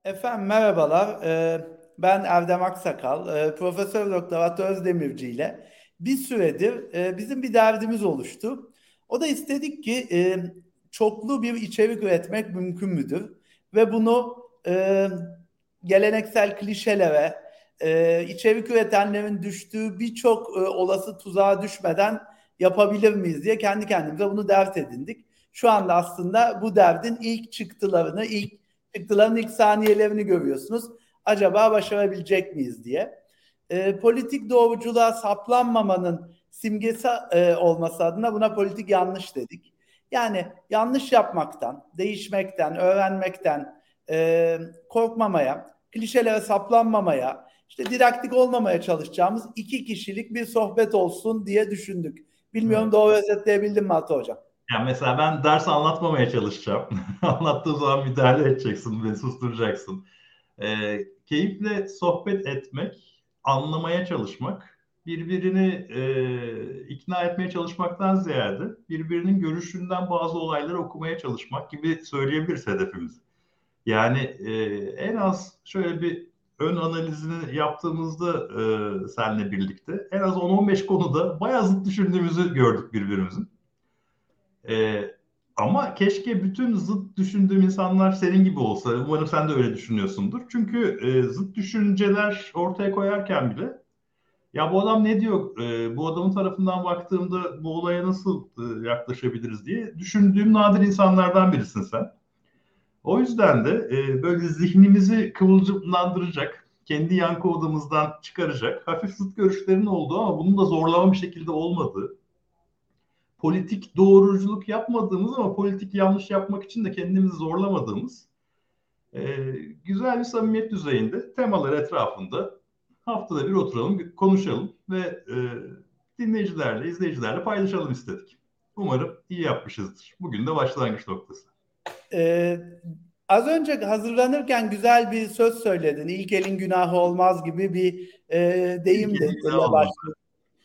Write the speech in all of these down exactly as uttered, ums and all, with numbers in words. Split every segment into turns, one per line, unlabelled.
Efendim merhabalar. Ee, ben Erdem Aksakal. Ee, Profesör Doktor Atı Özdemirci ile bir süredir e, bizim bir derdimiz oluştu. O da istedik ki e, çoklu bir içerik üretmek mümkün müdür? Ve bunu e, geleneksel klişelere, e, içerik üretenlerin düştüğü birçok e, olası tuzağa düşmeden yapabilir miyiz diye kendi kendimize bunu dert edindik. Şu anda aslında bu derdin ilk çıktılarını, ilk çıktıların ilk saniyelerini görüyorsunuz. Acaba başarabilecek miyiz diye. E, politik doğruculuğa saplanmamanın simgesi e, olması adına buna politik yanlış dedik. Yani yanlış yapmaktan, değişmekten, öğrenmekten e, korkmamaya, klişelere saplanmamaya, işte didaktik olmamaya çalışacağımız iki kişilik bir sohbet olsun diye düşündük. Bilmiyorum
Evet.
doğru özetleyebildim mi Ata Hocam?
Yani mesela ben ders anlatmamaya çalışacağım. Anlattığım zaman müdahale edeceksin, beni susturacaksın. Ee, keyifle sohbet etmek, anlamaya çalışmak, birbirini e, ikna etmeye çalışmaktan ziyade birbirinin görüşünden bazı olayları okumaya çalışmak gibi söyleyebiliriz hedefimizi. Yani e, en az şöyle bir ön analizini yaptığımızda e, seninle birlikte en az on on beş konuda bayağı zıt düşündüğümüzü gördük birbirimizin. Ee, ama keşke bütün zıt düşündüğüm insanlar senin gibi olsa. Umarım sen de öyle düşünüyorsundur. Çünkü e, zıt düşünceler ortaya koyarken bile ya bu adam ne diyor, e, bu adamın tarafından baktığımda bu olaya nasıl e, yaklaşabiliriz diye düşündüğüm nadir insanlardan birisin sen. O yüzden de e, böyle zihnimizi kıvılcımlandıracak, kendi yankı odamızdan çıkaracak hafif zıt görüşlerin olduğu ama bunun da zorlama bir şekilde olmadığı, politik doğruculuk yapmadığımız ama politik yanlış yapmak için de kendimizi zorlamadığımız e, güzel bir samimiyet düzeyinde temalar etrafında haftada bir oturalım, konuşalım ve e, dinleyicilerle, izleyicilerle paylaşalım istedik. Umarım iyi yapmışızdır. Bugün de başlangıç noktası.
Ee, Az önce hazırlanırken güzel bir söz söyledin. İlk elin günahı olmaz gibi bir e, deyim de
İlk
ile
elin olmaz.
başladı.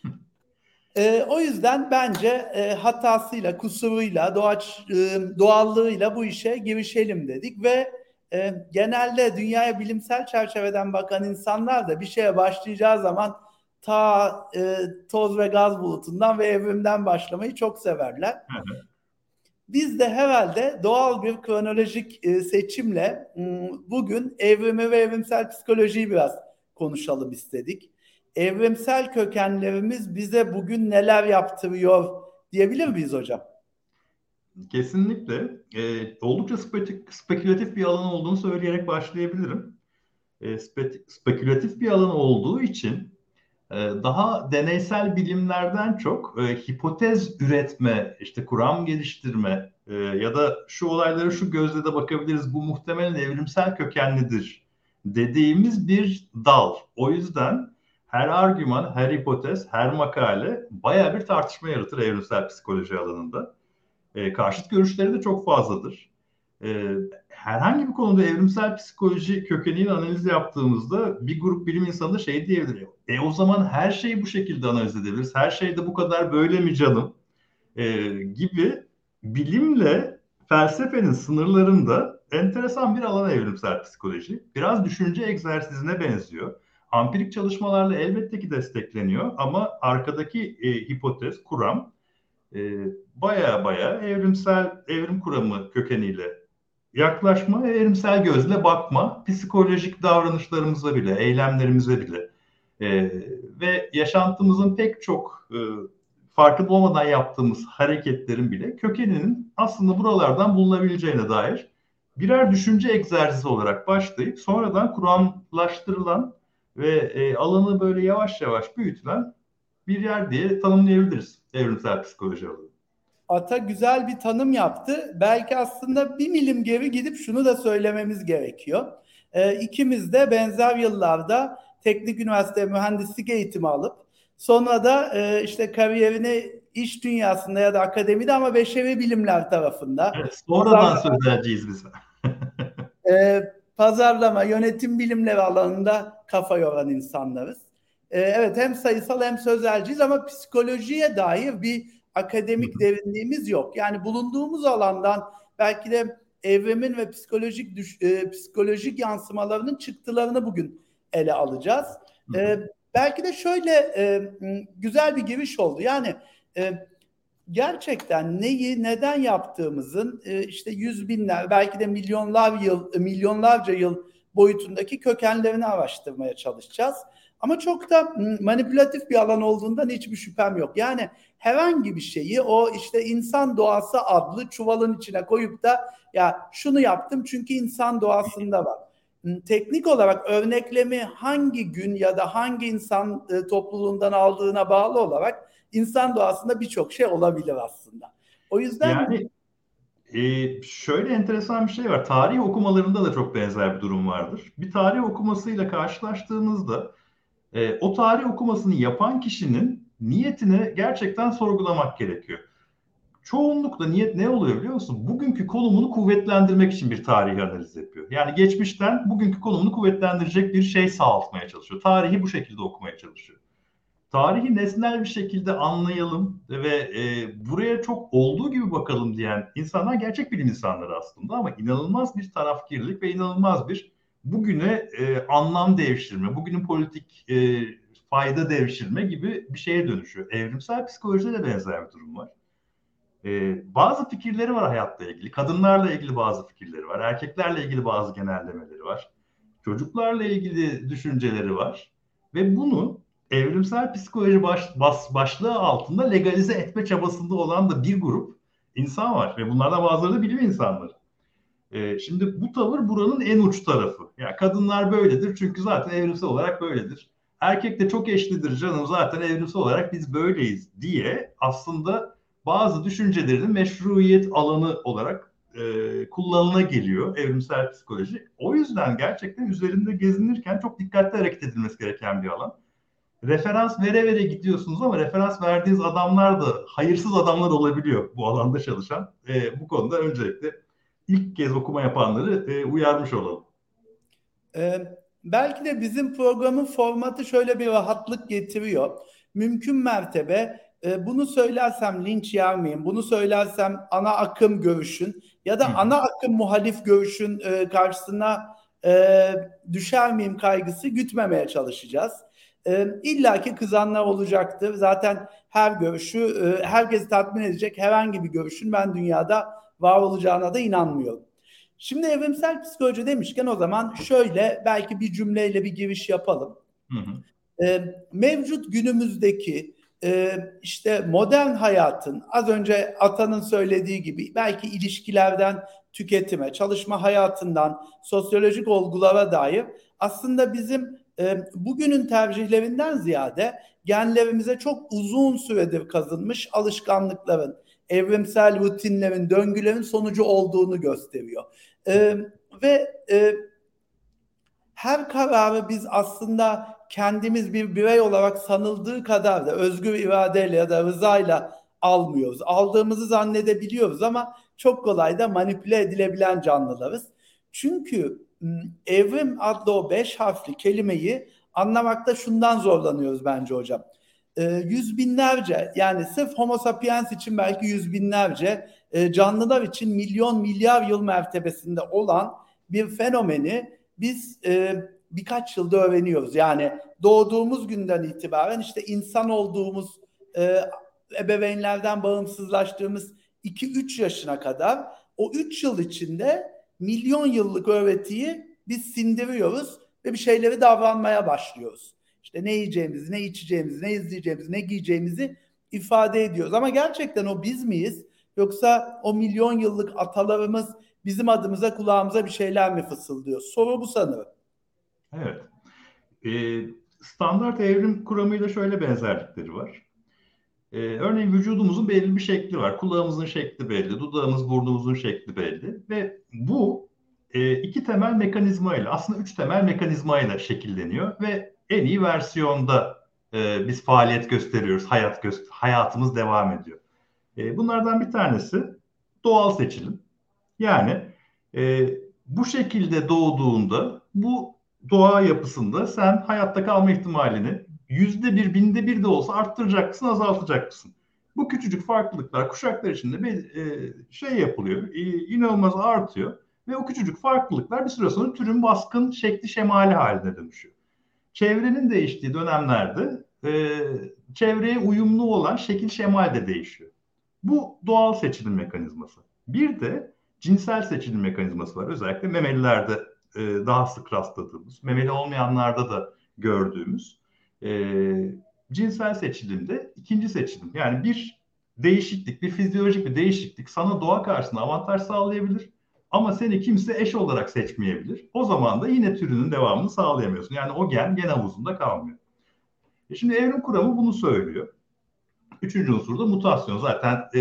E, o yüzden bence e, hatasıyla, kusuruyla, doğaç, e, doğallığıyla bu işe girişelim dedik ve e, genelde dünyaya bilimsel çerçeveden bakan insanlar da bir şeye başlayacağı zaman ta e, toz ve gaz bulutundan ve evrimden başlamayı çok severler. Biz de herhalde doğal bir kronolojik e, seçimle m, bugün evrimi ve evrimsel psikolojiyi biraz konuşalım istedik. Evrimsel kökenlerimiz bize bugün neler yaptırıyor diyebilir miyiz hocam?
Kesinlikle. E, oldukça spe- spekülatif bir alan olduğunu söyleyerek başlayabilirim. E, spe- spekülatif bir alan olduğu için Ee, daha deneysel bilimlerden çok e, hipotez üretme, işte kuram geliştirme e, ya da şu olaylara şu gözle de bakabiliriz, bu muhtemelen evrimsel kökenlidir dediğimiz bir dal. O yüzden her argüman, her hipotez, her makale bayağı bir tartışma yaratır evrimsel psikoloji alanında. E, karşıt görüşleri de çok fazladır. E, herhangi bir konuda evrimsel psikoloji kökenini analiz yaptığımızda bir grup bilim insanı da şey diyebilir. E o zaman her şeyi bu şekilde analiz edebiliriz. Her şey de bu kadar böyle mi canım? E, gibi bilimle felsefenin sınırlarında enteresan bir alan evrimsel psikoloji. Biraz düşünce egzersizine benziyor. Ampirik çalışmalarla elbette ki destekleniyor ama arkadaki e, hipotez, kuram e, baya baya evrimsel evrim kuramı kökeniyle yaklaşma, evrimsel gözle bakma, psikolojik davranışlarımıza bile, eylemlerimize bile e, ve yaşantımızın pek çok e, farkında olmadan yaptığımız hareketlerin bile kökeninin aslında buralardan bulunabileceğine dair birer düşünce egzersizi olarak başlayıp sonradan kuramlaştırılan ve e, alanı böyle yavaş yavaş büyütülen bir yer diye tanımlayabiliriz evrimsel psikoloji alanı.
Ata güzel bir tanım yaptı. Belki aslında bir milim geri gidip şunu da söylememiz gerekiyor. Ee, ikimiz de benzer yıllarda teknik üniversite mühendislik eğitimi alıp sonra da e, işte kariyerini iş dünyasında ya da akademide ama beşeri bilimler tarafında
Evet, sonradan
pazarlama,
sözelciyiz biz.
e, pazarlama, yönetim bilimleri alanında kafa yoran insanlarız. E, evet hem sayısal hem sözelciyiz ama psikolojiye dair bir akademik derinliğimiz yok. Yani bulunduğumuz alandan belki de evrimin ve psikolojik düş, e, psikolojik yansımalarının çıktılarını bugün ele alacağız.
Hı hı.
E, belki de şöyle e, güzel bir giriş oldu. Yani e, gerçekten neyi neden yaptığımızın e, işte yüz binler belki de milyonlar yıl milyonlarca yıl boyutundaki kökenlerini araştırmaya çalışacağız. Ama çok da manipülatif bir alan olduğundan hiçbir şüphem yok. Yani herhangi bir şeyi o işte insan doğası adlı çuvalın içine koyup da ya şunu yaptım çünkü insan doğasında var. Teknik olarak örneklemi hangi gün ya da hangi insan e, topluluğundan aldığına bağlı olarak insan doğasında birçok şey olabilir aslında. O yüzden
Yani e, şöyle enteresan bir şey var. Tarih okumalarında da çok benzer bir durum vardır. Bir tarih okumasıyla karşılaştığımızda e, o tarih okumasını yapan kişinin niyetini gerçekten sorgulamak gerekiyor. Çoğunlukla niyet ne oluyor biliyor musun? Bugünkü konumunu kuvvetlendirmek için bir tarihi analiz yapıyor. Yani geçmişten bugünkü konumunu kuvvetlendirecek bir şey sağlatmaya çalışıyor. Tarihi bu şekilde okumaya çalışıyor. Tarihi nesnel bir şekilde anlayalım ve e, buraya çok olduğu gibi bakalım diyen insanlar gerçek bilim insanları aslında, ama inanılmaz bir tarafkirlik ve inanılmaz bir bugüne e, anlam devşirme, bugünün politik e, fayda devşirme gibi bir şeye dönüşüyor. Evrimsel psikolojide de benzer bir durum var. E, bazı fikirleri var hayatla ilgili, kadınlarla ilgili bazı fikirleri var, erkeklerle ilgili bazı genellemeleri var, çocuklarla ilgili düşünceleri var ve bunu evrimsel psikoloji baş, bas, başlığı altında legalize etme çabasında olan da bir grup insan var ve bunlardan bazıları da bilim insanları. Ee, şimdi bu tavır buranın en uç tarafı. Yani kadınlar böyledir çünkü zaten evrimsel olarak böyledir. Erkek de çok eşlidir canım, zaten evrimsel olarak biz böyleyiz diye aslında bazı düşüncelerinin meşruiyet alanı olarak e, kullanıla geliyor evrimsel psikoloji. O yüzden gerçekten üzerinde gezinirken çok dikkatli hareket edilmesi gereken bir alan. Referans vere vere gidiyorsunuz ama referans verdiğiniz adamlar da hayırsız adamlar olabiliyor bu alanda çalışan. E, bu konuda öncelikle ilk kez okuma yapanları e, uyarmış olalım.
Ee, belki de bizim programın formatı şöyle bir rahatlık getiriyor. Mümkün mertebe e, bunu söylersem linç yer miyim? Bunu söylersem ana akım görüşün ya
Hı
da
hı.
ana akım muhalif görüşün e, karşısına e, düşer miyim kaygısı gütmemeye çalışacağız. E, İlla ki kızanlar olacaktır. Zaten her görüşü e, herkesi tatmin edecek herhangi bir görüşün ben dünyada var olacağına da inanmıyorum. Şimdi evrimsel psikoloji demişken o zaman şöyle belki bir cümleyle bir giriş yapalım.
Hı hı.
Ee, mevcut günümüzdeki e, işte modern hayatın az önce Atan'ın söylediği gibi belki ilişkilerden tüketime, çalışma hayatından sosyolojik olgulara dair aslında bizim e, bugünün tercihlerinden ziyade genlerimize çok uzun süredir kazınmış alışkanlıkların, evrimsel rutinlerin, döngülerin sonucu olduğunu gösteriyor. E, ve e, her kararı biz aslında kendimiz bir birey olarak sanıldığı kadar da özgür iradeyle ya da rızayla almıyoruz. Aldığımızı zannedebiliyoruz ama çok kolay da manipüle edilebilen canlılarız. Çünkü evrim adlı o beş harfli kelimeyi anlamakta şundan zorlanıyoruz bence hocam. E, yüz binlerce yani sırf Homo sapiens için belki yüz binlerce e, canlılar için milyon milyar yıl mertebesinde olan bir fenomeni biz e, birkaç yılda öğreniyoruz. Yani doğduğumuz günden itibaren işte insan olduğumuz e, ebeveynlerden bağımsızlaştığımız iki üç yaşına kadar o üç yıl içinde milyon yıllık öğretiyi biz sindiriyoruz ve bir şeyleri davranmaya başlıyoruz. İşte ne yiyeceğimizi, ne içeceğimizi, ne izleyeceğimizi, ne giyeceğimizi ifade ediyoruz. Ama gerçekten o biz miyiz? Yoksa o milyon yıllık atalarımız bizim adımıza kulağımıza bir şeyler mi fısıldıyor? Soru bu sanırım.
Evet. E, standart evrim kuramıyla şöyle benzerlikleri var. E, örneğin vücudumuzun belli bir şekli var. Kulağımızın şekli belli, dudağımız, burnumuzun şekli belli ve bu e, iki temel mekanizmayla, aslında üç temel mekanizmayla şekilleniyor ve en iyi versiyonda e, biz faaliyet gösteriyoruz, hayat göster hayatımız devam ediyor. E, bunlardan bir tanesi doğal seçilim. Yani e, bu şekilde doğduğunda bu doğa yapısında sen hayatta kalma ihtimalini yüzde bir, binde bir de olsa arttıracak mısın, azaltacak mısın? Bu küçücük farklılıklar kuşaklar içinde bir e, şey yapılıyor, e, inanılmaz artıyor ve o küçücük farklılıklar bir süre sonra türün baskın şekli şemali haline dönüşüyor. Çevrenin değiştiği dönemlerde e, çevreye uyumlu olan şekil şemal de değişiyor. Bu doğal seçilim mekanizması. Bir de cinsel seçilim mekanizması var. Özellikle memelilerde e, daha sık rastladığımız, memeli olmayanlarda da gördüğümüz e, cinsel seçilimde ikinci seçilim. Yani bir değişiklik, bir fizyolojik bir değişiklik sana doğa karşısında avantaj sağlayabilir. Ama seni kimse eş olarak seçmeyebilir. O zaman da yine türünün devamını sağlayamıyorsun. Yani o gen gen havuzunda kalmıyor. E şimdi evrim kuramı bunu söylüyor. Üçüncü unsur da mutasyon. Zaten e,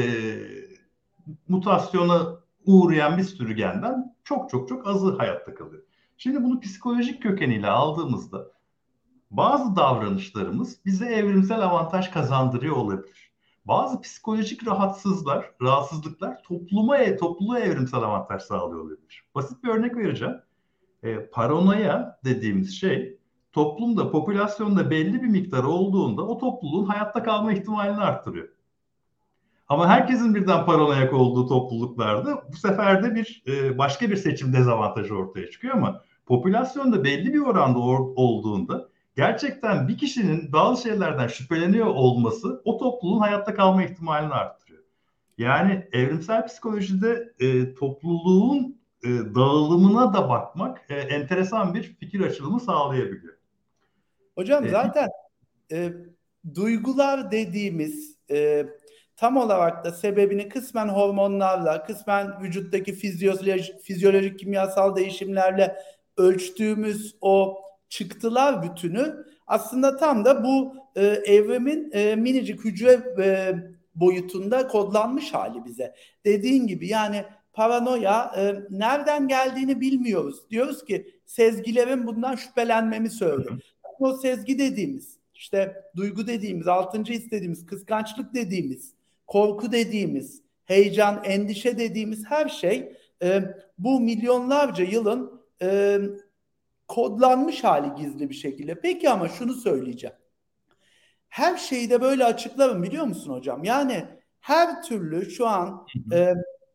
mutasyona uğrayan bir sürü genden çok çok çok azı hayatta kalıyor. Şimdi bunu psikolojik kökeniyle aldığımızda bazı davranışlarımız bize evrimsel avantaj kazandırıyor olabilir. Bazı psikolojik rahatsızlar, rahatsızlıklar topluma, topluluğa evrimsel avantaj sağlıyor olabilir. Basit bir örnek vereceğim. E, paranoya dediğimiz şey toplumda, popülasyonda belli bir miktar olduğunda o topluluğun hayatta kalma ihtimalini arttırıyor. Ama herkesin birden paranoyak olduğu topluluklarda bu sefer de bir e, başka bir seçim dezavantajı ortaya çıkıyor ama popülasyonda belli bir oranda or- olduğunda gerçekten bir kişinin bazı şeylerden şüpheleniyor olması o topluluğun hayatta kalma ihtimalini arttırıyor. Yani evrimsel psikolojide e, topluluğun e, dağılımına da bakmak e, enteresan bir fikir açılımı sağlayabiliyor.
Hocam
E,
zaten e, duygular dediğimiz e, tam olarak da sebebini kısmen hormonlarla, kısmen vücuttaki fizyolojik, fizyolojik kimyasal değişimlerle ölçtüğümüz o çıktılar bütünü aslında tam da bu e, evrimin e, minicik hücre e, boyutunda kodlanmış hali bize. Dediğin gibi yani paranoya e, nereden geldiğini bilmiyoruz. Diyoruz ki sezgilerin bundan şüphelenmemi söyle. O sezgi dediğimiz, işte duygu dediğimiz, altıncı his dediğimiz, kıskançlık dediğimiz, korku dediğimiz, heyecan, endişe dediğimiz her şey e, bu milyonlarca yılın e, kodlanmış hali gizli bir şekilde. Peki ama şunu söyleyeceğim. Her şeyi de böyle açıklarım biliyor musun hocam? Yani her türlü şu an e,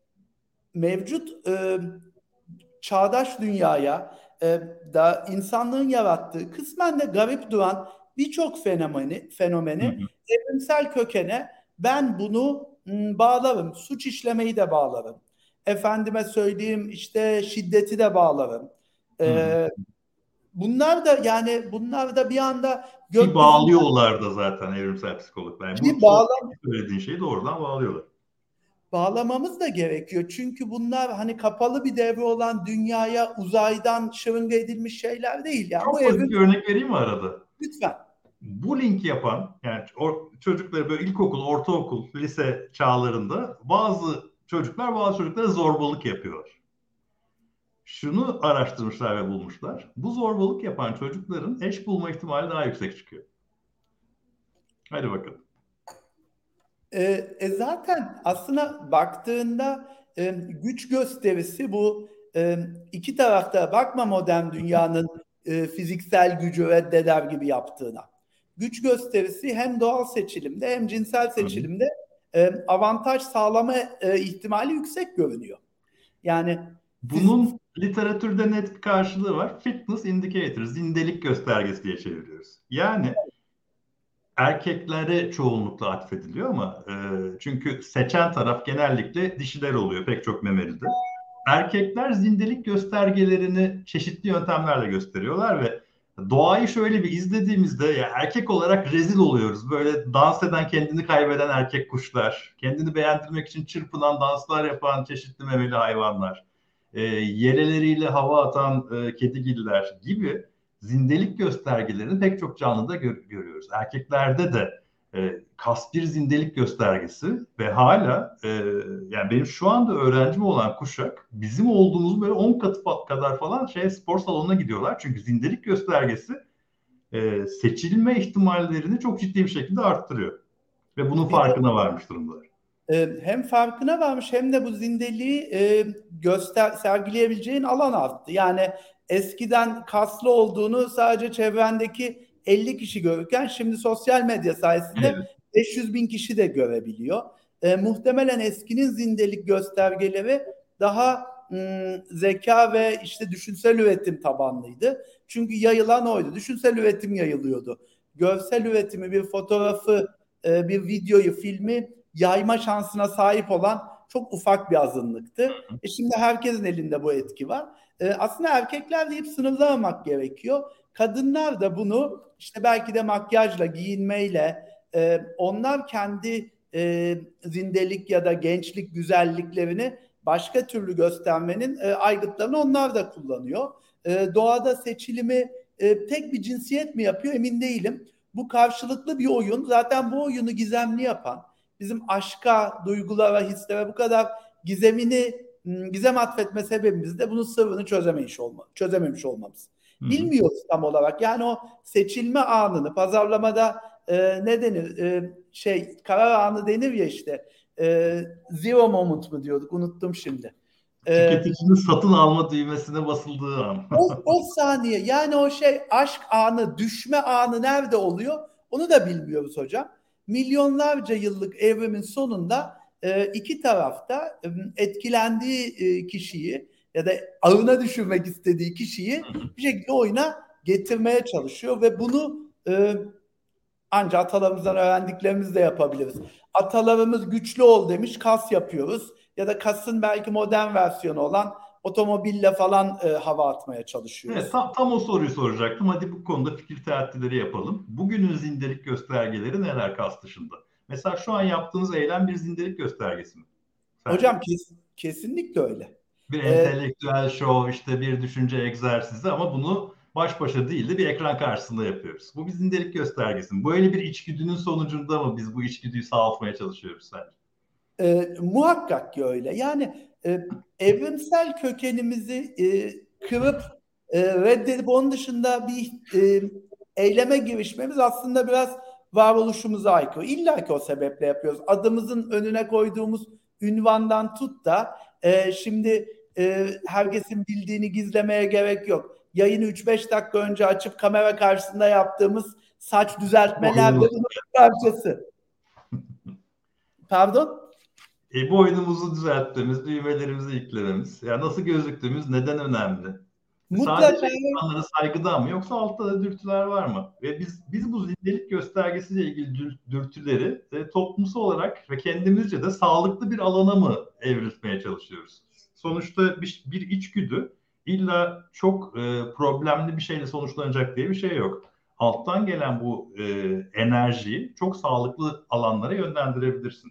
mevcut e, çağdaş dünyaya e, da insanlığın yarattığı kısmen de garip duran birçok fenomeni fenomeni evrimsel kökene ben bunu m, bağlarım. Suç işlemeyi de bağlarım. Efendime söyleyeyim işte şiddeti de bağlarım. E, bunlar da yani bunlar da bir anda
Ki
gökyüzünden
bağlıyorlar da zaten evrimsel psikologlar. Yani bu
bir
son
bağlam
söylediğin şeyi doğrudan bağlıyorlar.
bağlamamız da gerekiyor. Çünkü bunlar hani kapalı bir devre olan dünyaya uzaydan şırınga edilmiş şeyler değil. Yani bu
Çok basit
evrim
bir örnek vereyim mi arada?
lütfen.
Bu link yapan yani o, çocukları böyle ilkokul, ortaokul, lise çağlarında bazı çocuklar bazı çocuklara zorbalık yapıyorlar. Şunu araştırmışlar ve bulmuşlar. Bu zorbalık yapan çocukların eş bulma ihtimali daha yüksek çıkıyor. Hadi bakalım.
E, e zaten aslına baktığında e, güç gösterisi bu e, iki tarafta bakma modern dünyanın e, fiziksel gücü reddeder gibi yaptığına. Güç gösterisi hem doğal seçilimde hem cinsel
Hı hı.
seçilimde e, avantaj sağlama e, ihtimali yüksek görünüyor. Yani fiz-
Bunun literatürde net bir karşılığı var. Fitness indicator, zindelik göstergesi diye çeviriyoruz. Yani erkeklere çoğunlukla atfediliyor ama e, çünkü seçen taraf genellikle dişiler oluyor pek çok memelide. Erkekler zindelik göstergelerini çeşitli yöntemlerle gösteriyorlar ve doğayı şöyle bir izlediğimizde ya erkek olarak rezil oluyoruz. Böyle dans eden, kendini kaybeden erkek kuşlar, kendini beğendirmek için çırpınan danslar yapan çeşitli memeli hayvanlar, e, yeleleriyle hava atan e, kedigiller gibi zindelik göstergelerini pek çok canlıda gör- görüyoruz. Erkeklerde de e, kas bir zindelik göstergesi ve hala e, yani benim şu anda öğrencim olan kuşak bizim olduğumuz böyle on katı fa- kadar falan şey spor salonuna gidiyorlar. Çünkü zindelik göstergesi e, seçilme ihtimallerini çok ciddi bir şekilde arttırıyor. Ve bunun
bir de
farkına varmış durumdalar.
e, hem farkına varmış hem de bu zindeliği e, göster sergileyebileceğin alan arttı. Yani eskiden kaslı olduğunu sadece çevrendeki elli kişi görürken şimdi sosyal medya sayesinde
Evet.
beş yüz bin kişi de görebiliyor. E, muhtemelen eskinin zindelik göstergeleri daha ım, zeka ve işte düşünsel üretim tabanlıydı. Çünkü yayılan oydu. Düşünsel üretim yayılıyordu. Görsel üretimi, bir fotoğrafı, e, bir videoyu, filmi yayma şansına sahip olan çok ufak bir azınlıktı. E şimdi herkesin elinde bu etki var. E, aslında erkekler deyip sınırlamamak gerekiyor. Kadınlar da bunu işte belki de makyajla, giyinmeyle, e, onlar kendi e, zindelik ya da gençlik güzelliklerini başka türlü göstermenin e, aygıtlarını onlar da kullanıyor. E, doğada seçilimi e, tek bir cinsiyet mi yapıyor emin değilim. Bu karşılıklı bir oyun. Zaten bu oyunu gizemli yapan, bizim aşka, duygulara, hislere bu kadar gizemini gizem atfetme sebebimiz de bunun sırrını çözememiş, olma, çözememiş olmamız.
Hı hı.
Bilmiyoruz tam olarak. Yani o seçilme anını pazarlamada e, ne denir? E, şey karar anı denir ya işte. E, zero moment mu diyorduk? Unuttum şimdi. E,
Tüketicinin satın alma düğmesine basıldığı an.
o, o saniye yani o şey aşk anı, düşme anı nerede oluyor? Onu da bilmiyoruz hocam. Milyonlarca yıllık evrimin sonunda e, iki tarafta e, etkilendiği e, kişiyi ya da ağına düşürmek istediği kişiyi bir şekilde oyuna getirmeye çalışıyor ve bunu e, ancak atalarımızdan öğrendiklerimizle yapabiliriz. Atalarımız güçlü ol demiş, kas yapıyoruz. Ya da kasın belki modern versiyonu olan otomobille falan e, hava atmaya
Evet,
çalışıyoruz.
tam, tam o soruyu soracaktım. Hadi bu konuda fikir teatileri yapalım. Bugünün zindelik göstergeleri neler kas dışında? Mesela şu an yaptığınız eylem bir zindelik göstergesi mi sence?
Hocam kes, kesinlikle öyle.
Bir
E,
entelektüel şov, işte bir düşünce egzersizi ama bunu baş başa değil de bir ekran karşısında yapıyoruz. Bu bir zindelik göstergesi mi? Böyle bir içgüdünün sonucunda mı biz bu içgüdüyü sağaltmaya çalışıyoruz sence?
E, muhakkak ki öyle. Yani e, evrimsel kökenimizi e, kırıp e, reddedip onun dışında bir e, eyleme girişmemiz aslında biraz varoluşumuza aykırı. İlla ki o sebeple yapıyoruz. Adımızın önüne koyduğumuz ünvandan tut da e, şimdi e, herkesin bildiğini gizlemeye gerek yok. Yayını üç beş dakika önce açıp kamera karşısında yaptığımız saç düzeltmeler de
Oyunumuz.
bunun bir parçası. Pardon?
E, bu oyunumuzu düzeltmemiz, düğmelerimizi yüklememiz, ya nasıl gözüktüğümüz neden önemli? E,
Mutlaka.
sadece insanlara saygıdan mı yoksa altta da dürtüler var mı? Ve biz biz bu zindelik göstergesiyle ilgili dür- dürtüleri e, toplumsal olarak ve kendimizce de sağlıklı bir alana mı evrilmeye çalışıyoruz? Sonuçta bir, bir içgüdü illa çok e, problemli bir şeyle sonuçlanacak diye bir şey yok. Alttan gelen bu e, enerjiyi çok sağlıklı alanlara yönlendirebilirsin.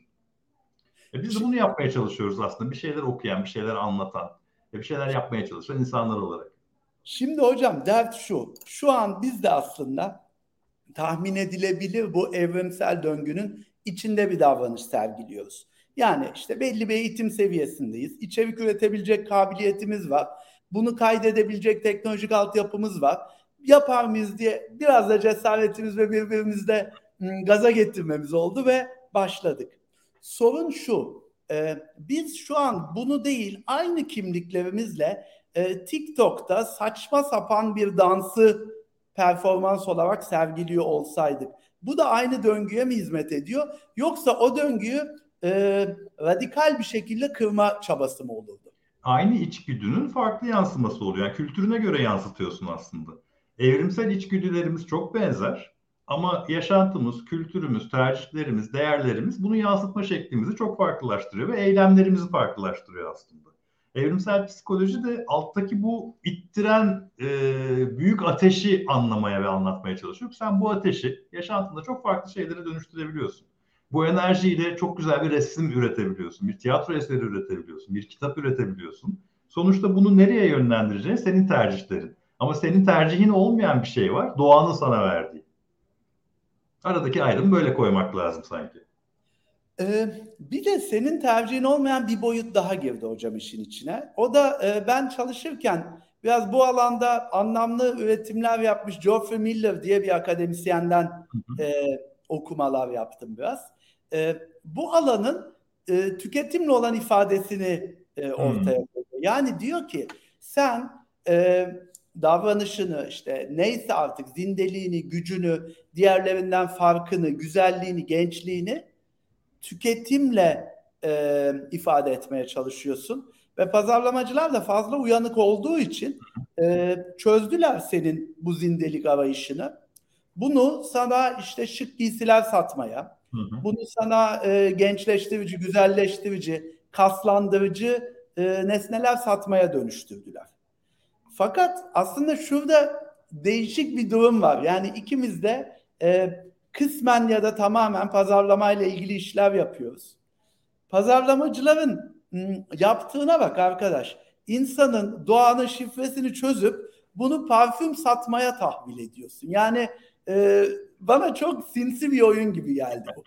E biz de bunu yapmaya çalışıyoruz aslında. Bir şeyler okuyan, bir şeyler anlatan, e bir şeyler yapmaya çalışan insanlar olarak.
Şimdi hocam dert şu. Şu an biz de aslında tahmin edilebilir bu evrimsel döngünün içinde bir davranış sergiliyoruz. Yani işte belli bir eğitim seviyesindeyiz. İçerik üretebilecek kabiliyetimiz var. Bunu kaydedebilecek teknolojik altyapımız var. Yapar mıyız diye biraz da cesaretimiz ve birbirimizde ım, gaza getirmemiz oldu ve başladık. Sorun şu. E, biz şu an bunu değil aynı kimliklerimizle e, TikTok'ta saçma sapan bir dansı performans olarak sergiliyor olsaydık. Bu da aynı döngüye mi hizmet ediyor? Yoksa o döngüyü e, radikal bir şekilde kırma çabası mı olurdu?
Aynı içgüdünün farklı yansıması oluyor. Yani kültürüne göre yansıtıyorsun aslında. Evrimsel içgüdülerimiz çok benzer ama yaşantımız, kültürümüz, tercihlerimiz, değerlerimiz bunu yansıtma şeklimizi çok farklılaştırıyor ve eylemlerimizi farklılaştırıyor aslında. Evrimsel psikoloji de alttaki bu ittiren e, büyük ateşi anlamaya ve anlatmaya çalışıyor. Sen bu ateşi yaşantında çok farklı şeylere dönüştürebiliyorsun. Bu enerjiyle çok güzel bir resim üretebiliyorsun, bir tiyatro eseri üretebiliyorsun, bir kitap üretebiliyorsun. Sonuçta bunu nereye yönlendireceğin senin tercihlerin. Ama senin tercihin olmayan bir şey var, doğanın sana verdiği. Aradaki ayrımı böyle koymak lazım sanki.
Ee, bir de senin tercihin olmayan bir boyut daha girdi hocam işin içine. O da e, ben çalışırken biraz bu alanda anlamlı üretimler yapmış Geoffrey Miller diye bir akademisyenden e, okumalar yaptım biraz. E, bu alanın e, tüketimle olan ifadesini e,
Hmm.
ortaya koyuyor. Yani diyor ki sen e, davranışını, işte neyse artık zindeliğini, gücünü, diğerlerinden farkını, güzelliğini, gençliğini tüketimle e, ifade etmeye çalışıyorsun. Ve pazarlamacılar da fazla uyanık olduğu için e, çözdüler senin bu zindelik arayışını. Bunu sana işte şık giysiler satmaya,
Hı hı.
bunu sana e, gençleştirici, güzelleştirici, kaslandırıcı e, nesneler satmaya dönüştürdüler. Fakat aslında şurada değişik bir durum var. Yani ikimiz de e, kısmen ya da tamamen pazarlamayla ilgili işler yapıyoruz. Pazarlamacıların m, yaptığına bak arkadaş. İnsanın doğanın şifresini çözüp bunu parfüm satmaya tahvil ediyorsun. Yani e, bana çok sinsi bir oyun gibi geldi bu.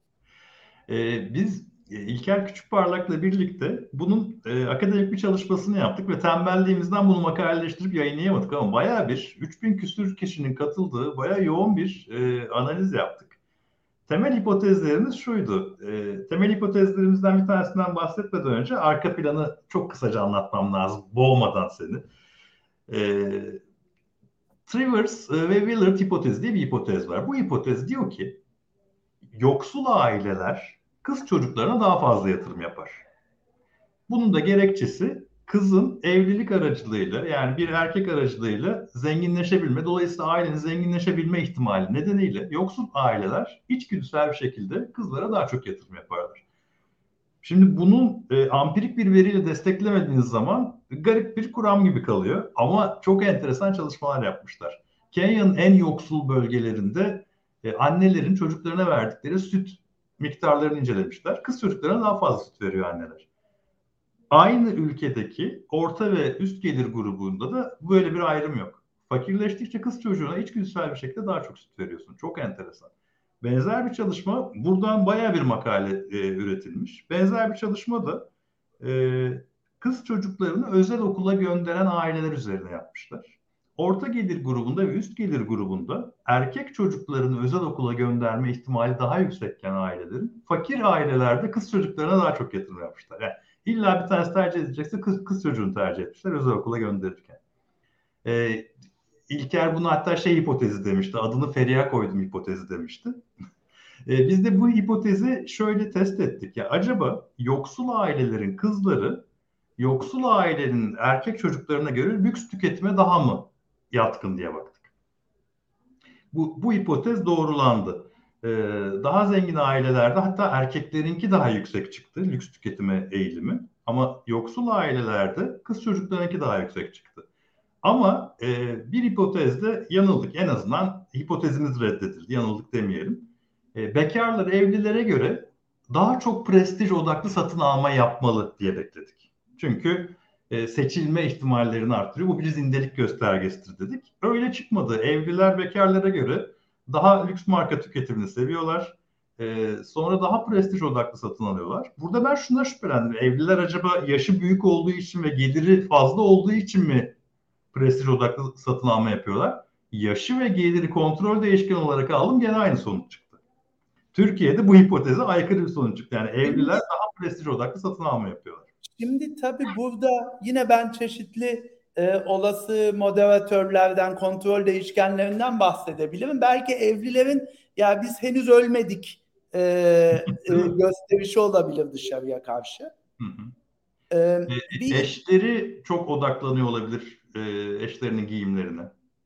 Ee, biz e, İlker Küçükparlak'la birlikte bunun e, akademik bir çalışmasını yaptık ve tembelliğimizden bunu makaleleştirip yayınlayamadık ama bayağı bir üç bin küsür kişinin katıldığı bayağı yoğun bir e, analiz yaptık. Temel hipotezlerimiz şuydu. E, temel hipotezlerimizden bir tanesinden bahsetmeden önce arka planı çok kısaca anlatmam lazım, boğmadan seni. E, Trivers e, ve Willard hipotezi diye bir hipotez var. Bu hipotez diyor ki yoksul aileler kız çocuklarına daha fazla yatırım yapar. Bunun da gerekçesi kızın evlilik aracılığıyla, yani bir erkek aracılığıyla zenginleşebilme, dolayısıyla ailenin zenginleşebilme ihtimali nedeniyle yoksul aileler içgüdüsel bir şekilde kızlara daha çok yatırım yaparlar. Şimdi bunun e, ampirik bir veriyle desteklemediğiniz zaman garip bir kuram gibi kalıyor. Ama çok enteresan çalışmalar yapmışlar. Kenya'nın en yoksul bölgelerinde e, annelerin çocuklarına verdikleri süt miktarlarını incelemişler. Kız çocuklarına daha fazla süt veriyor anneler. Aynı ülkedeki orta ve üst gelir grubunda da böyle bir ayrım yok. Fakirleştikçe kız çocuğuna içgüdüsel bir şekilde daha çok süt veriyorsun. Çok enteresan. Benzer bir çalışma, buradan baya bir makale e, üretilmiş. Benzer bir çalışma da e, kız çocuklarını özel okula gönderen aileler üzerine yapmışlar. Orta gelir grubunda ve üst gelir grubunda erkek çocuklarını özel okula gönderme ihtimali daha yüksekken ailelerin, fakir ailelerde kız çocuklarına daha çok yatırım yapmışlar. Yani illa bir tanesi tercih edecekse kız, kız çocuğunu tercih etmişler özel okula gönderirken. E, İlker bunu hatta şey hipotezi demişti. Adını Feriha koydum hipotezi demişti. E, biz de bu hipotezi şöyle test ettik. Ya acaba yoksul ailelerin kızları yoksul ailenin erkek çocuklarına göre lüks tüketime daha mı yatkın diye baktık. Bu, bu hipotez doğrulandı. Ee, daha zengin ailelerde hatta erkeklerinki daha yüksek çıktı lüks tüketime eğilimi. Ama yoksul ailelerde kız çocuklarınki daha yüksek çıktı. Ama e, bir hipotezde yanıldık. En azından hipotezimiz reddedildi. Yanıldık demeyelim. E, bekarlar evlilere göre daha çok prestij odaklı satın alma yapmalı diye bekledik. Çünkü e, seçilme ihtimallerini artırıyor. Bu bir zindelik göstergesidir dedik. Öyle çıkmadı. Evliler bekarlara göre daha lüks marka tüketimini seviyorlar. E, sonra daha prestij odaklı satın alıyorlar. Burada ben şuna şüphelendim. Evliler acaba yaşı büyük olduğu için ve geliri fazla olduğu için mi prestij odaklı satın alma yapıyorlar? Yaşı ve geliri kontrol değişken olarak aldım, gene aynı sonuç çıktı. Türkiye'de bu hipoteze aykırı bir sonuç çıktı. Yani evliler
Şimdi,
daha prestij odaklı satın alma yapıyorlar.
şimdi tabii burada yine ben çeşitli e, olası moderatörlerden, kontrol değişkenlerinden bahsedebilirim. Belki evlilerin ya biz henüz ölmedik e, e,
Değil mi?
gösterişi olabilir dışarıya karşı.
Hı hı.
E,
E,
bir
eşleri çok odaklanıyor olabilir e, eşlerinin giyimlerine,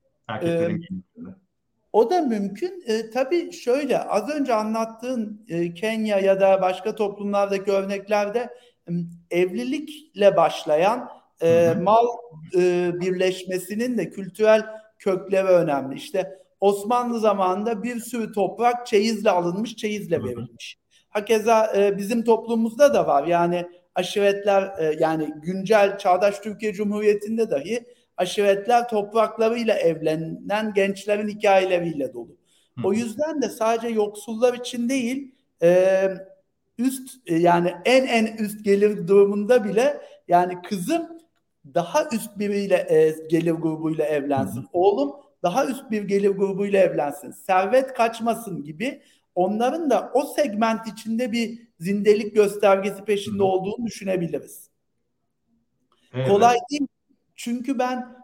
e,
erkeklerin giyimlerine.
O da mümkün. E, tabii şöyle az önce anlattığın e, Kenya ya da başka toplumlardaki örneklerde e, evlilikle başlayan
Hı
e,
hı.
mal e, birleşmesinin de kültürel kökleri önemli. İşte Osmanlı zamanında bir sürü toprak çeyizle alınmış,
Hı
çeyizle
hı.
verilmiş. Hakeza e, bizim toplumumuzda da var. Yani aşiretler e, yani güncel çağdaş Türkiye Cumhuriyeti'nde dahi aşiretler topraklarıyla evlenen gençlerin hikayeleriyle dolu.
Hı
O
hı.
yüzden de sadece yoksullar için değil, e, üst e, yani en en üst gelir durumunda bile yani kızım daha üst biriyle e, gelir grubuyla
Hı hı.
evlensin. Oğlum daha üst bir gelir grubuyla evlensin. Servet kaçmasın gibi onların da o segment içinde bir zindelik göstergesi
Hı
peşinde
hı.
olduğunu düşünebiliriz. Kolay
Evet.
değil. Çünkü ben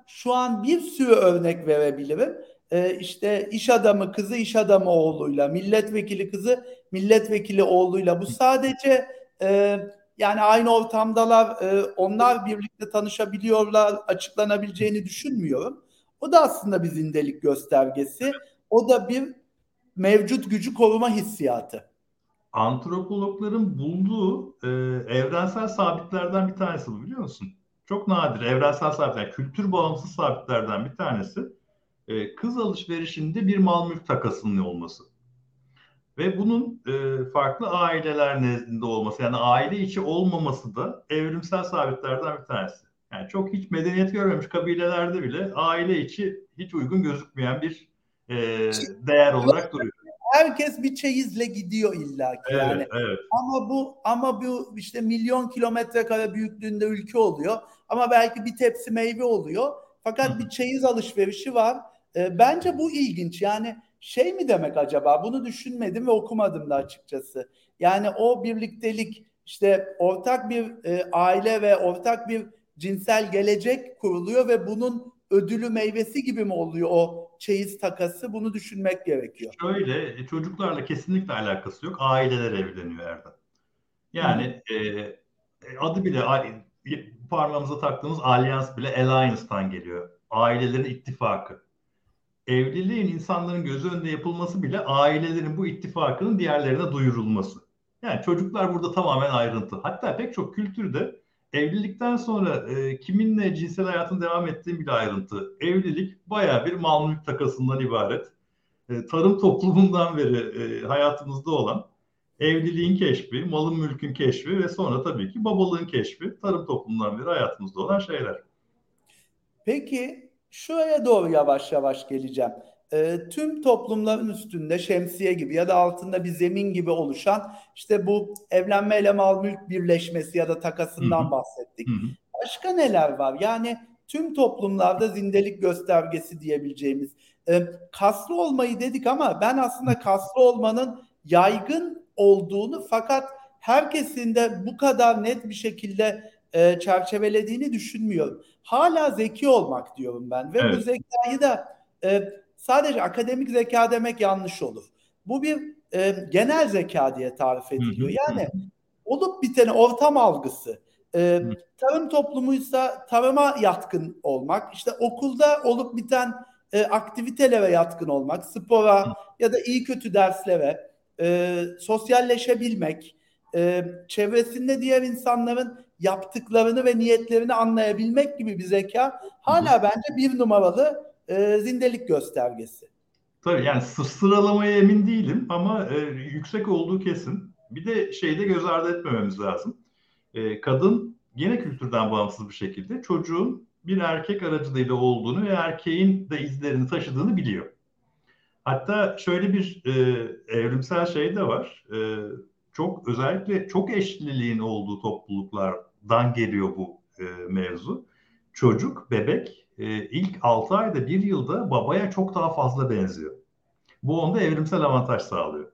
şu an bir sürü örnek verebilirim. Ee, işte iş adamı kızı iş adamı oğluyla, milletvekili kızı milletvekili oğluyla. Bu sadece e, yani aynı ortamdalar, e, onlar birlikte tanışabiliyorlar, açıklanabileceğini düşünmüyorum. O da aslında bir zindelik göstergesi. O da bir mevcut gücü koruma hissiyatı.
Antropologların bulduğu e, evrensel sabitlerden bir tanesi bu, biliyor musun? Çok nadir evrensel sabitler, kültür bağımsız sabitlerden bir tanesi. E, kız alışverişinde bir mal mülk takasının olması. Ve bunun e, farklı aileler nezdinde olması, yani aile içi olmaması da evrimsel sabitlerden bir tanesi. Yani çok hiç medeniyet görmemiş kabilelerde bile aile içi hiç uygun gözükmeyen bir e, değer olarak duruyor.
Herkes bir çeyizle gidiyor illaki
Evet,
yani.
evet.
Ama bu ama bu işte milyon kilometre kare büyüklüğünde ülke oluyor. Ama belki bir tepsi meyve oluyor. Fakat bir çeyiz alışverişi var. E, bence bu ilginç. Yani şey mi demek acaba? Bunu düşünmedim ve okumadım da açıkçası. Yani o birliktelik, işte ortak bir e, aile ve ortak bir cinsel gelecek kuruluyor ve bunun ödülü meyvesi gibi mi oluyor o çeyiz takası? Bunu düşünmek gerekiyor.
Şöyle, e, çocuklarla kesinlikle alakası yok. Aileler evleniyor Erdem.
Hı hı.
Yani e, e, adı bile a- parmağımıza taktığımız alyans bile alliance'tan geliyor. Ailelerin ittifakı. Evliliğin insanların gözü önünde yapılması bile ailelerin bu ittifakının diğerlerine duyurulması. Yani çocuklar burada tamamen ayrıntı. Hatta pek çok kültürde evlilikten sonra e, kiminle cinsel hayatın devam ettiğin bile ayrıntı. Evlilik baya bir mal mülk takasından ibaret. E, tarım toplumundan beri e, hayatımızda olan evliliğin keşfi, malın mülkün keşfi ve sonra tabii ki babalığın keşfi, tarım toplumundan beri hayatımızda olan şeyler.
Peki şuraya doğru yavaş yavaş geleceğim. Ee, tüm toplumların üstünde şemsiye gibi ya da altında bir zemin gibi oluşan işte bu evlenmeyle mal mülk birleşmesi ya da
Hı hı,
takasından
hı
bahsettik.
hı,
Başka neler var? Yani tüm toplumlarda zindelik göstergesi diyebileceğimiz. Ee, kaslı olmayı dedik ama ben aslında kaslı olmanın yaygın olduğunu fakat herkesin de bu kadar net bir şekilde e, çerçevelediğini düşünmüyorum. Hala zeki olmak diyorum ben ve bu
evet.
zekayı da e, sadece akademik zeka demek yanlış olur. Bu bir e, genel zeka diye tarif
Hı
ediliyor.
hı, hı
Yani olup biteni ortam algısı. E,
hı,
tarım toplumuysa tarıma yatkın olmak, işte okulda olup biten e, aktivitelere yatkın olmak,
hı.
spora ya da iyi kötü derslere, e, sosyalleşebilmek, e, çevresinde diğer insanların yaptıklarını ve niyetlerini anlayabilmek gibi bir zeka
Hı hı.
hala bence bir numaralı e, zindelik göstergesi.
Tabii yani sı- sıralamaya emin değilim ama e, yüksek olduğu kesin. Bir de şeyde göz ardı etmememiz lazım. E, kadın yine kültürden bağımsız bir şekilde çocuğun bir erkek aracılığıyla olduğunu ve erkeğin de izlerini taşıdığını biliyor. Hatta şöyle bir e, evrimsel şey de var. E, çok özellikle çok eşliliğin olduğu topluluklardan geliyor bu e, mevzu. Çocuk, bebek e, ilk altı ayda bir yılda babaya çok daha fazla benziyor. Bu onda evrimsel avantaj sağlıyor.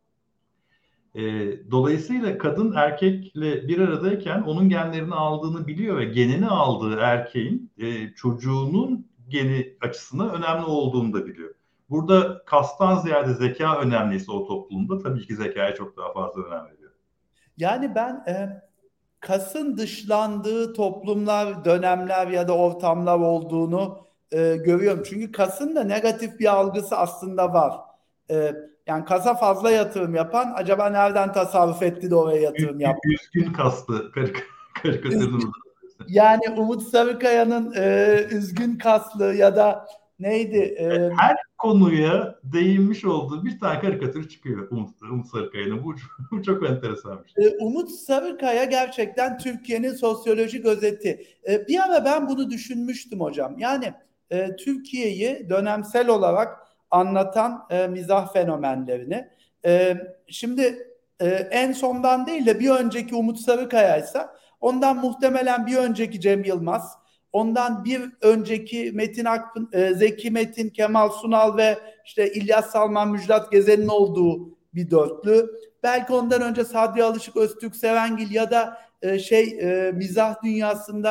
E, dolayısıyla kadın erkekle bir aradayken onun genlerini aldığını biliyor ve genini aldığı erkeğin e, çocuğunun geni açısından önemli olduğunu da biliyor. Burada kastan ziyade zeka önemliyse o toplumda tabii ki zekaya çok daha fazla önem veriyor.
Yani ben e, kasın dışlandığı toplumlar, dönemler ya da ortamlar olduğunu e, görüyorum. Çünkü kasın da negatif bir algısı aslında var. E, yani kasa fazla yatırım yapan acaba nereden tasarruf etti de oraya
Ü-
yatırım
ü-
yaptı?
Üzgün kaslı karik karikatürünü burada.
Yani Umut Sarıkaya'nın e, üzgün kaslı ya da neydi? E,
Her konuya değinmiş olduğu bir tane karikatür çıkıyor Umut, Umut Sarıkaya'nın. Bu, bu çok enteresanmış.
E, Umut Sarıkaya gerçekten Türkiye'nin sosyolojik özeti. E, bir ara ben bunu düşünmüştüm hocam. Yani e, Türkiye'yi dönemsel olarak anlatan e, mizah fenomenlerini. E, şimdi e, en sondan değil de bir önceki Umut Sarıkaya ise ondan muhtemelen bir önceki Cem Yılmaz, ondan bir önceki Metin Akpın, e, Zeki Metin, Kemal Sunal ve işte İlyas Salman, Müjdat Gezen'in olduğu bir dörtlü. Belki ondan önce Sadri Alışık, Öztürk Sevengil ya da e, şey e, mizah dünyasında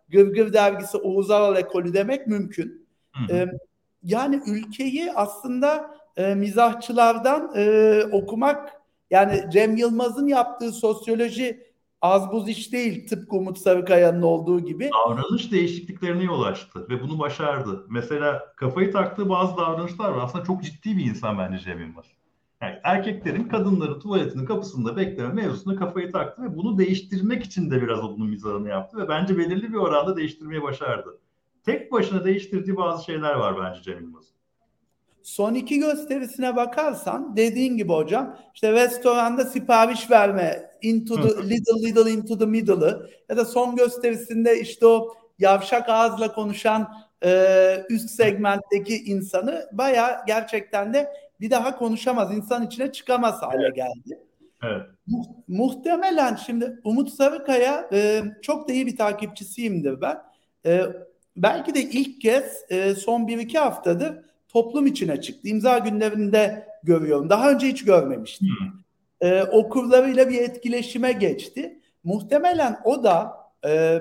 Gırgır dergisi Oğuz Aral ekolü demek mümkün.
Hı hı.
E, yani ülkeyi aslında e, mizahçılardan e, okumak, yani Cem Yılmaz'ın yaptığı sosyoloji az buz iş değil, tıpkı Umut Sarıkaya'nın olduğu gibi.
Davranış değişikliklerine yol açtı ve bunu başardı. Mesela kafayı taktığı bazı davranışlar var. Aslında çok ciddi bir insan bence Cem Yılmaz. Yani erkeklerin kadınların tuvaletinin kapısında bekleme mevzusuna kafayı taktı ve bunu değiştirmek için de biraz onun mizahını yaptı ve bence belirli bir oranda değiştirmeyi başardı. Tek başına değiştirdiği bazı şeyler var bence Cem Yılmaz'ın.
Son iki gösterisine bakarsan dediğin gibi hocam, işte restoranda sipariş verme, into
Hı.
the little little into the middle'ı, ya da son gösterisinde işte o yavşak ağızla konuşan e, üst segmentteki insanı bayağı gerçekten de bir daha konuşamaz, insan içine çıkamaz hale
Evet,
geldi.
evet.
Mu- muhtemelen şimdi Umut Sarıkaya e, çok da iyi bir takipçisiyimdir ben. E, belki de ilk kez e, son bir iki haftadır toplum içine çıktı. İmza günlerinde görüyorum. Daha önce hiç görmemiştim.
Hı.
E, okurlarıyla bir etkileşime geçti. Muhtemelen o da e,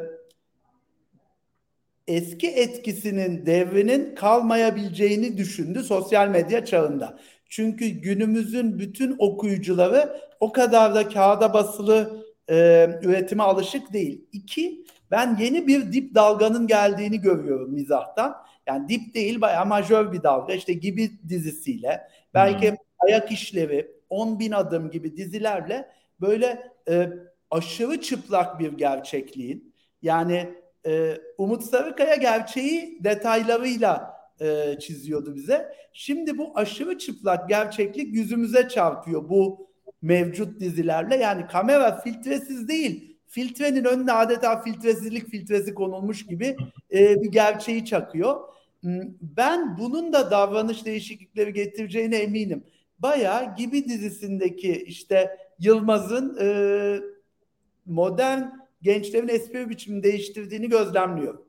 eski etkisinin, devrinin kalmayabileceğini düşündü sosyal medya çağında. Çünkü günümüzün bütün okuyucuları o kadar da kağıda basılı e, üretime alışık değil. İki, ben yeni bir dip dalganın geldiğini görüyorum mizahtan. Yani dip değil, bayağı majör bir dalga. İşte Gibi dizisiyle,
Hı.
belki Ayak İşleri, On Bin Adım gibi dizilerle böyle e, aşırı çıplak bir gerçekliğin, yani ee, Umut Sarıkaya gerçeği detaylarıyla e, çiziyordu bize. Şimdi bu aşırı çıplak gerçeklik yüzümüze çarpıyor bu mevcut dizilerle. Yani kamera filtresiz değil, filtrenin önüne adeta filtresizlik filtresi konulmuş gibi e, bir gerçeği çakıyor. Hmm, Ben bunun da davranış değişiklikleri getireceğine eminim. Bayağı Gibi dizisindeki işte Yılmaz'ın e, modern gençlerin espri biçimini değiştirdiğini gözlemliyorum.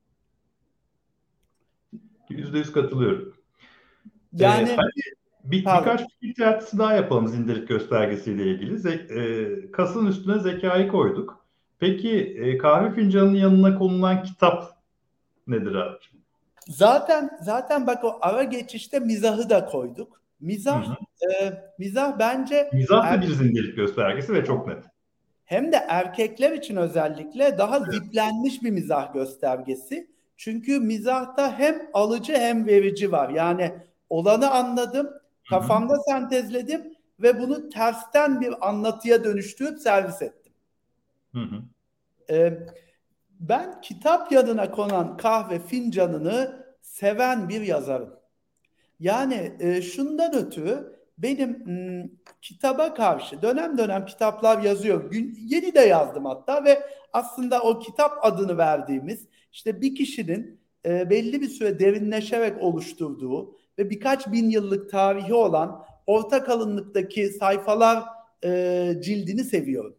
Yüzde yüz katılıyorum. Ee,
Yani
hadi bir,
pardon.
birkaç fikir teatisi daha yapalım zindelik göstergesiyle ilgili. Ze- e, kasın üstüne zekayı koyduk. Peki e, kahve fincanının yanına konulan kitap nedir abi?
Zaten zaten bak, o ara geçişte mizahı da koyduk.
Hı
Mizah
hı.
e, mizah bence
Mizah
er,
da bir zindelik göstergesi ve çok net.
hem de erkekler için özellikle daha
Evet.
ziplenmiş bir mizah göstergesi. Çünkü mizahta hem alıcı hem verici var. Yani olanı anladım,
Hı hı.
kafamda sentezledim ve bunu tersten bir anlatıya dönüştürüp servis ettim.
Hı hı.
E, Ben kitap yanına konan kahve fincanını seven bir yazarım. Yani e, şundan ötürü benim m, kitaba karşı dönem dönem kitaplar yazıyorum. Gün, yeni de yazdım hatta ve aslında o kitap adını verdiğimiz işte bir kişinin e, belli bir süre derinleşerek oluşturduğu ve birkaç bin yıllık tarihi olan orta kalınlıktaki sayfalar e, cildini seviyorum.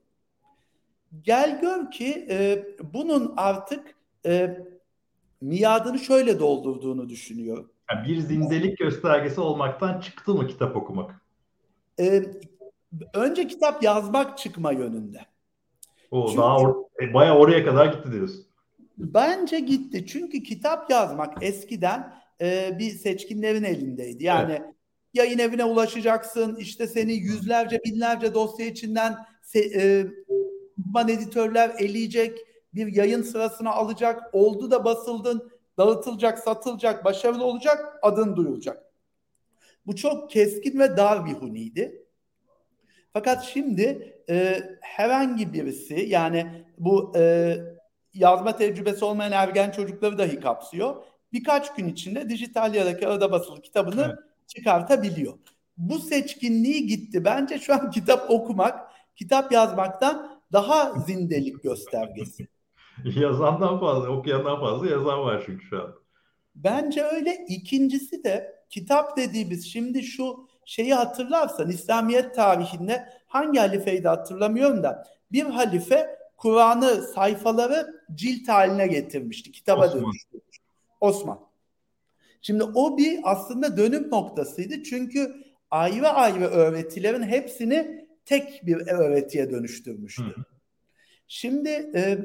Gel gör ki e, bunun artık e, miadını şöyle doldurduğunu düşünüyorum.
Yani bir zindelik göstergesi olmaktan çıktı mı kitap okumak?
E, Önce kitap yazmak çıkma yönünde.
O daha
Çünkü
or e, bayağı oraya kadar gitti diyorsun.
bence gitti. Çünkü kitap yazmak eskiden e, bir seçkinlerin elindeydi.
Evet.
Yani yayın evine ulaşacaksın, işte seni yüzlerce, binlerce dosya içinden se- e, uzman editörler eleyecek, bir yayın sırasına alacak, oldu da basıldın, dağıtılacak, satılacak, başarılı olacak, adın duyulacak. Bu çok keskin ve dar bir huniydi. Fakat şimdi e, herhangi birisi, yani bu e, yazma tecrübesi olmayan ergen çocukları dahi kapsıyor. Birkaç gün içinde dijital ya da kağıda basılı
Evet.
kitabını çıkartabiliyor. Bu seçkinliği gitti. Bence şu an kitap okumak, kitap yazmaktan daha zindelik göstergesi.
Yazandan fazla, okuyandan fazla yazan var çünkü şu an.
Bence öyle. İkincisi de kitap dediğimiz, şimdi şu şeyi hatırlarsan İslamiyet tarihinde hangi halifeydi hatırlamıyorum da bir halife Kur'an'ı, sayfaları cilt haline getirmişti. Kitaba
Osman.
dönüştürmüş. Osman. Şimdi o bir aslında dönüm noktasıydı. Çünkü ayrı ayrı öğretilerin hepsini tek bir öğretiye
Hı
dönüştürmüştü.
hı.
Şimdi e,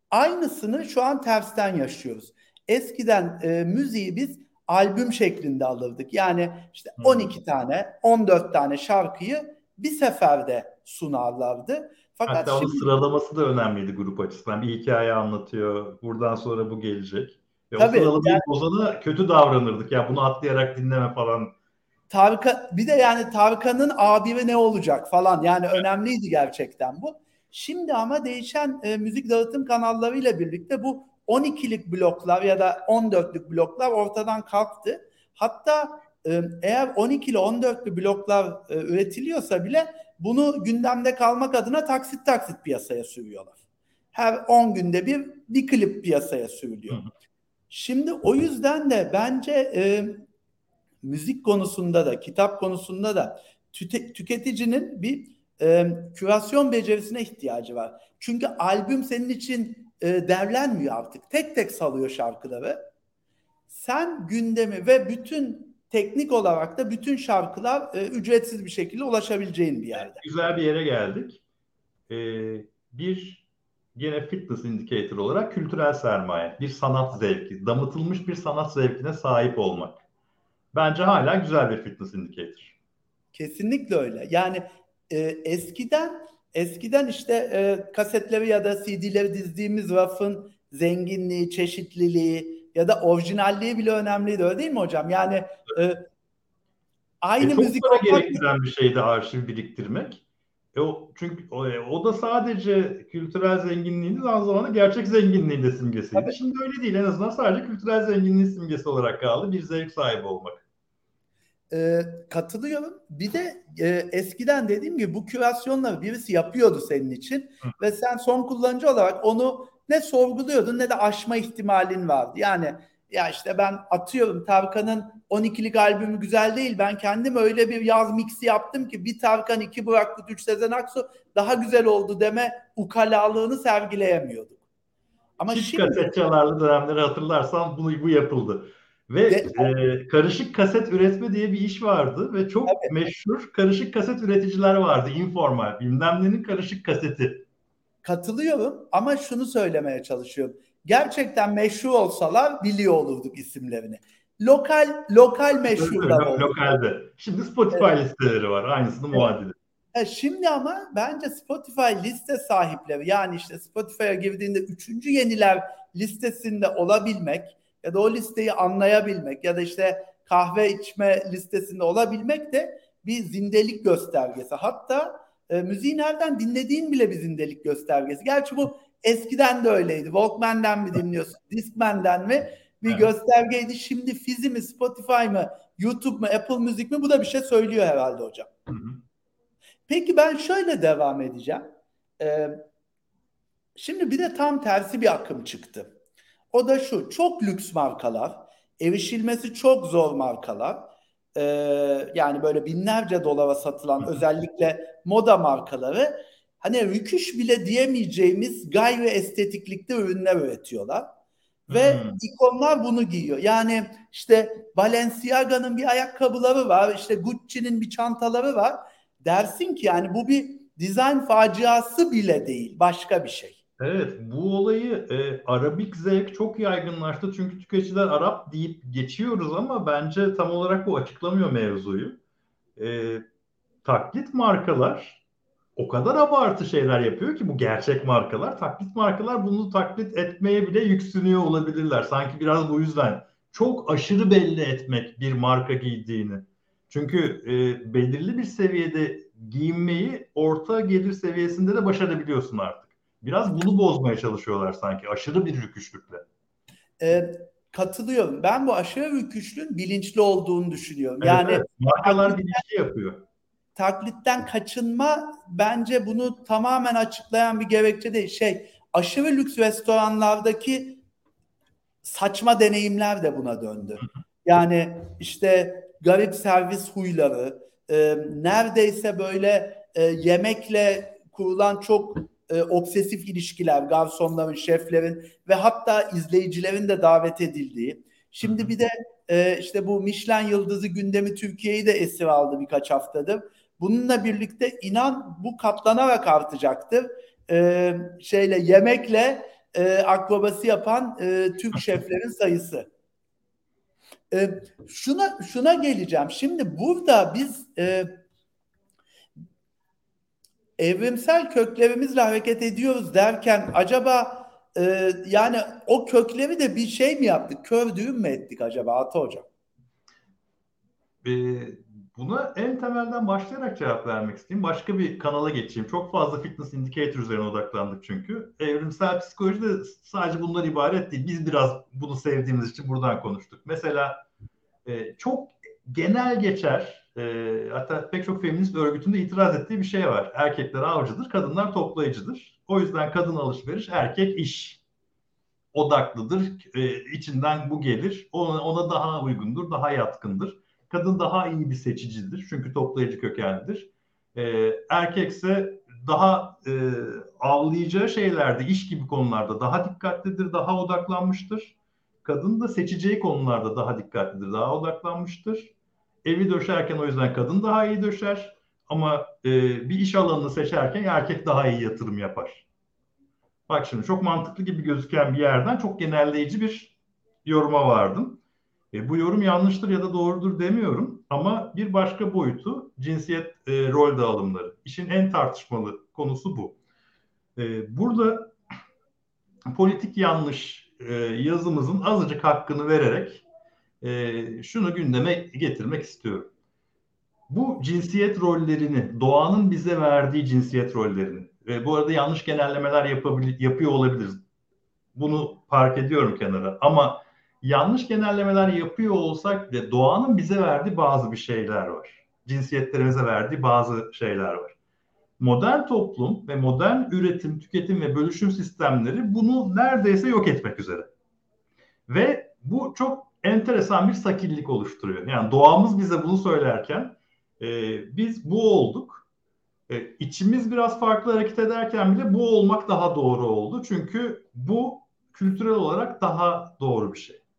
Aynısını şu an tersten yaşıyoruz. Eskiden e, müziği biz albüm şeklinde alırdık. Yani işte on iki
Hmm.
tane, on dört tane şarkıyı bir seferde sunarlardı. Fakat
Hatta onun
şimdi
sıralaması da önemliydi grup açısından. Bir hikaye anlatıyor. Buradan sonra bu gelecek. Ve o
tabii
sıralamayı
yani
bozana kötü davranırdık. Ya bunu atlayarak dinleme falan.
Tarkan, bir de yani Tarkan'ın A biri ne olacak falan, yani önemliydi gerçekten bu. Şimdi ama değişen e, müzik dağıtım kanallarıyla birlikte bu on ikilik bloklar ya da on dörtlük bloklar ortadan kalktı. Hatta e, eğer on ikili on dörtlü bloklar e, üretiliyorsa bile bunu gündemde kalmak adına taksit taksit piyasaya sürüyorlar. Her on günde bir bir klip piyasaya
Hı
sürülüyor.
hı.
Şimdi o yüzden de bence e, müzik konusunda da, kitap konusunda da tüte, tüketicinin bir e, kürasyon becerisine ihtiyacı var. Çünkü albüm senin için e, derlenmiyor artık. Tek tek salıyor şarkıları. Sen gündemi ve bütün teknik olarak da bütün şarkılar e, ücretsiz bir şekilde ulaşabileceğin bir yerde.
Güzel bir yere geldik. Ee, bir Gene fitness indicator olarak kültürel sermaye, bir sanat zevki, damıtılmış bir sanat zevkine sahip olmak. Bence hala güzel bir fitness indicator.
Kesinlikle öyle. Yani e, eskiden eskiden işte e, kasetleri ya da C D'leri dizdiğimiz rafın zenginliği, çeşitliliği ya da orijinalliği bile önemliydi. Öyle değil mi hocam? Yani e,
E,
aynı
çok
müzik
para
olmak.
gerektiren bir şeydi arşiv biriktirmek. E, o, çünkü o, e, o da sadece kültürel zenginliğinin aynı zamanda gerçek zenginliğin de simgesiydi.
Tabii.
Şimdi öyle değil. En azından sadece kültürel zenginliğin simgesi olarak kaldı. Bir zevk sahibi olmak.
E, katılıyorum. Bir de e, eskiden dediğim gibi bu kürasyonları birisi yapıyordu senin için
Hı.
ve sen son kullanıcı olarak onu ne sorguluyordun ne de aşma ihtimalin vardı. Yani ya işte ben atıyorum, Tarkan'ın on ikilik albümü güzel değil. Ben kendim öyle bir yaz mixi yaptım ki bir Tarkan, iki Burak Kut, üç Sezen Aksu daha güzel oldu deme ukalalığını sergileyemiyorduk. Ama
Çift
şimdi
kaset çalarlı dönemleri hatırlarsan bu, bu yapıldı. Ve
de,
e, karışık kaset üretme diye bir iş vardı ve çok meşhur karışık kaset üreticiler vardı. Informal. Bilmem nenin karışık kaseti.
katılıyorum ama şunu söylemeye çalışıyorum. Gerçekten meşhur olsalar biliyor olurduk isimlerini. Lokal lokal
Tabii, tabii,
meşhurlar
lo-
oldu.
lokalde. Şimdi Spotify
Evet,
listeleri var. Aynısını
evet.
muadili.
E, şimdi ama bence Spotify liste sahipleri, yani işte Spotify'a girdiğinde üçüncü yeniler listesinde olabilmek ya da o listeyi anlayabilmek ya da işte kahve içme listesinde olabilmek de bir zindelik göstergesi. Hatta e, müziği nereden dinlediğin bile bir zindelik göstergesi. Gerçi bu eskiden de öyleydi. Walkman'den mi dinliyorsun, Discman'den mi? Bir
Evet.
göstergeydi. Şimdi Fizi mi, Spotify mı, YouTube mu, Apple Müzik mi? Bu da bir şey söylüyor herhalde hocam.
Hı hı.
Peki ben şöyle devam edeceğim. Ee, şimdi bir de tam tersi bir akım çıktı. O da şu: çok lüks markalar, erişilmesi çok zor markalar, ee, yani böyle binlerce dolara
Hı
satılan
hı.
özellikle moda markaları, hani rüküş bile diyemeyeceğimiz gayri estetiklikte ürünler üretiyorlar. Ve
Hmm.
ikonlar bunu giyiyor. Yani işte Balenciaga'nın bir ayakkabıları var, işte Gucci'nin bir çantaları var. Dersin ki yani bu bir dizayn faciası bile değil, başka bir şey.
Evet, bu olayı e, Arabik zevk çok yaygınlaştı. Çünkü tüketiciler Arap deyip geçiyoruz ama bence tam olarak bu açıklamıyor mevzuyu. E, Taklit markalar o kadar abartı şeyler yapıyor ki bu gerçek markalar. Taklit markalar bunu taklit etmeye bile yüksünüyor olabilirler. Sanki biraz bu yüzden çok aşırı belli etmek bir marka giydiğini. Çünkü e, belirli bir seviyede giyinmeyi orta gelir seviyesinde de başarabiliyorsun artık. Biraz bunu bozmaya çalışıyorlar sanki aşırı bir rüküşlükle.
Ee, katılıyorum. Ben bu aşırı rüküşlüğün bilinçli olduğunu düşünüyorum.
Evet,
Yani
evet. Markalar
taklit,
bilinçli yapıyor.
taklitten kaçınma bence bunu tamamen açıklayan bir gerekçe değil. Şey, aşırı lüks restoranlardaki saçma deneyimler de buna döndü. Yani işte garip servis huyları, e, neredeyse böyle e, yemekle kurulan çok e, obsesif ilişkiler, garsonların, şeflerin ve hatta izleyicilerin de davet edildiği.
Hı
Şimdi
hı.
bir de e, işte bu Michelin yıldızı gündemi Türkiye'yi de esir aldı birkaç haftadır. Bununla birlikte inan bu katlanarak artacaktır. E, şeyle, yemekle e, akrobasi yapan e, Türk şeflerin sayısı. E, şuna şuna geleceğim. Şimdi burada biz e, evrimsel köklerimizle hareket ediyoruz derken acaba e, yani o kökleri de bir şey mi yaptık? Kör düğüm mü ettik acaba Ata Hocam?
Ee, buna en temelden başlayarak cevap vermek isteyeyim. Başka bir kanala geçeyim. Çok fazla fitness indicator üzerine odaklandık çünkü. Evrimsel psikoloji de sadece bundan ibaret değil. Biz biraz bunu sevdiğimiz için buradan konuştuk. Mesela e, çok genel geçer, e, hatta pek çok feminist örgütünde itiraz ettiği bir şey var. Erkekler avcıdır, kadınlar toplayıcıdır. O yüzden kadın alışveriş, erkek iş odaklıdır. E, içinden bu gelir. Ona, ona daha uygundur, daha yatkındır. Kadın daha iyi bir seçicidir. Çünkü toplayıcı kökenlidir. E, erkekse daha e, avlayacağı şeylerde, iş gibi konularda daha dikkatlidir, daha odaklanmıştır. Kadın da seçeceği konularda daha dikkatlidir, daha odaklanmıştır. Evi döşerken o yüzden kadın daha iyi döşer. Ama e, bir iş alanını seçerken erkek daha iyi yatırım yapar. Bak şimdi çok mantıklı gibi gözüken bir yerden çok genelleyici bir yoruma vardım. E, bu yorum yanlıştır ya da doğrudur demiyorum ama bir başka boyutu cinsiyet e, rol dağılımları. İşin en tartışmalı konusu bu. E, burada politik yanlış e, yazımızın azıcık hakkını vererek e, şunu gündeme getirmek istiyorum. Bu cinsiyet rollerini, doğanın bize verdiği cinsiyet rollerini ve bu arada yanlış genellemeler yapabil- yapıyor olabiliriz. Bunu fark ediyorum kenara. Ama yanlış genellemeler yapıyor olsak bile doğanın bize verdiği bazı bir şeyler var. Cinsiyetlerimize verdiği bazı şeyler var. Modern toplum ve modern üretim, tüketim ve bölüşüm sistemleri bunu neredeyse yok etmek üzere. Ve bu çok enteresan bir sakillik oluşturuyor. Yani doğamız bize bunu söylerken e, biz bu olduk. E, içimiz biraz farklı hareket ederken bile bu olmak daha doğru oldu. Çünkü bu kültürel olarak daha doğru bir şey.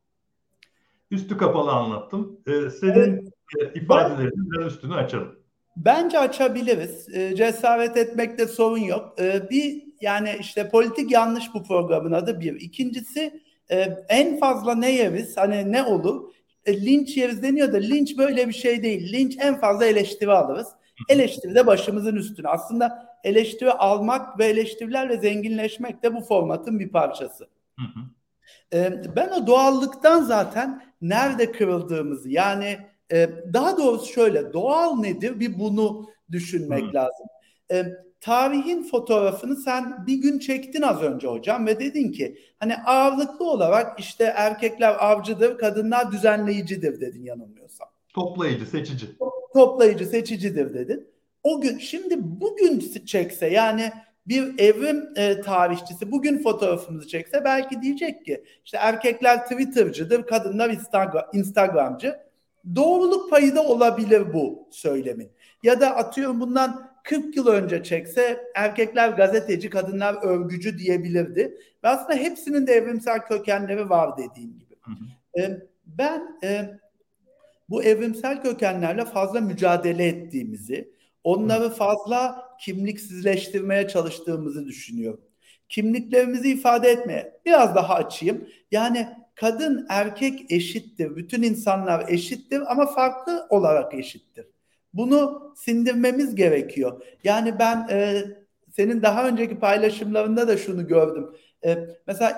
Üstü kapalı anlattım. E,
Evet,
senin e,
ben
ifadelerinin biraz üstünü açalım.
bence açabiliriz. E, cesaret etmekte sorun yok. E, bir yani işte politik yanlış bu programın adı bir. İkincisi e, en fazla ne yeriz? Hani ne olur? E, linç yeriz deniyor da linç böyle bir şey değil. Linç en fazla eleştiri alırız. Eleştiri de başımızın üstüne. Aslında eleştiri almak ve eleştirilerle zenginleşmek de bu formatın bir parçası.
Hı hı.
E, ben o doğallıktan zaten nerede kırıldığımızı yani e, daha doğrusu şöyle doğal nedir bir bunu düşünmek
Hı.
lazım. E, tarihin fotoğrafını sen bir gün çektin az önce hocam ve dedin ki hani ağırlıklı olarak işte erkekler avcıdır, kadınlar düzenleyicidir dedin yanılmıyorsam.
Toplayıcı, seçici.
Toplayıcı, seçicidir dedin. O gün şimdi bugün çekse yani bir evrim e, tarihçisi bugün fotoğrafımızı çekse belki diyecek ki işte erkekler Twitter'cıdır, kadınlar Instagram, Instagram'cı. Doğruluk payı da olabilir bu söylemin. Ya da atıyorum bundan kırk yıl önce çekse erkekler gazeteci, kadınlar örgücü diyebilirdi. Ve aslında hepsinin de evrimsel kökenleri var dediğim gibi.
Hı hı.
E, ben e, bu evrimsel kökenlerle fazla mücadele ettiğimizi,
Hı.
onları fazla kimliksizleştirmeye çalıştığımızı düşünüyorum. Kimliklerimizi ifade etmeye biraz daha açayım. Yani kadın erkek eşittir, bütün insanlar eşittir ama farklı olarak eşittir. Bunu sindirmemiz gerekiyor. Yani ben e, senin daha önceki paylaşımlarında da şunu gördüm. E, mesela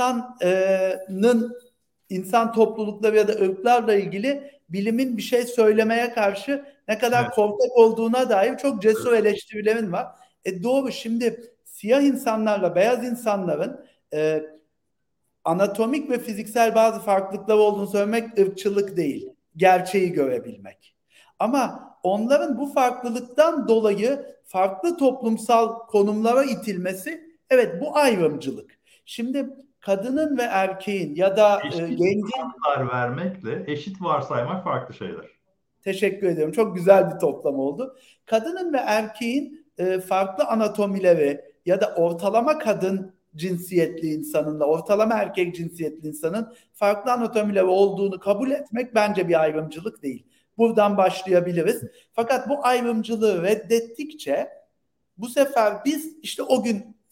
insanın insan toplulukları ya da ırklarla ilgili bilimin bir şey söylemeye karşı ne kadar
Evet.
korkak olduğuna dair çok cesur
Evet.
eleştirilerin var. E doğru şimdi siyah insanlarla beyaz insanların e, anatomik ve fiziksel bazı farklılıkları olduğunu söylemek ırkçılık değil. Gerçeği görebilmek. Ama onların bu farklılıktan dolayı farklı toplumsal konumlara itilmesi evet bu ayrımcılık. Şimdi kadının ve erkeğin ya da e,
Eşit
gencin
haklar vermekle eşit varsaymak farklı şeyler.
teşekkür ediyorum. Çok güzel bir toplam oldu. Kadının ve erkeğin e, farklı anatomileri ya da ortalama kadın cinsiyetli insanın da ortalama erkek cinsiyetli insanın farklı anatomileri olduğunu kabul etmek bence bir ayrımcılık değil. Buradan başlayabiliriz. Fakat bu ayrımcılığı reddettikçe bu sefer biz işte o gün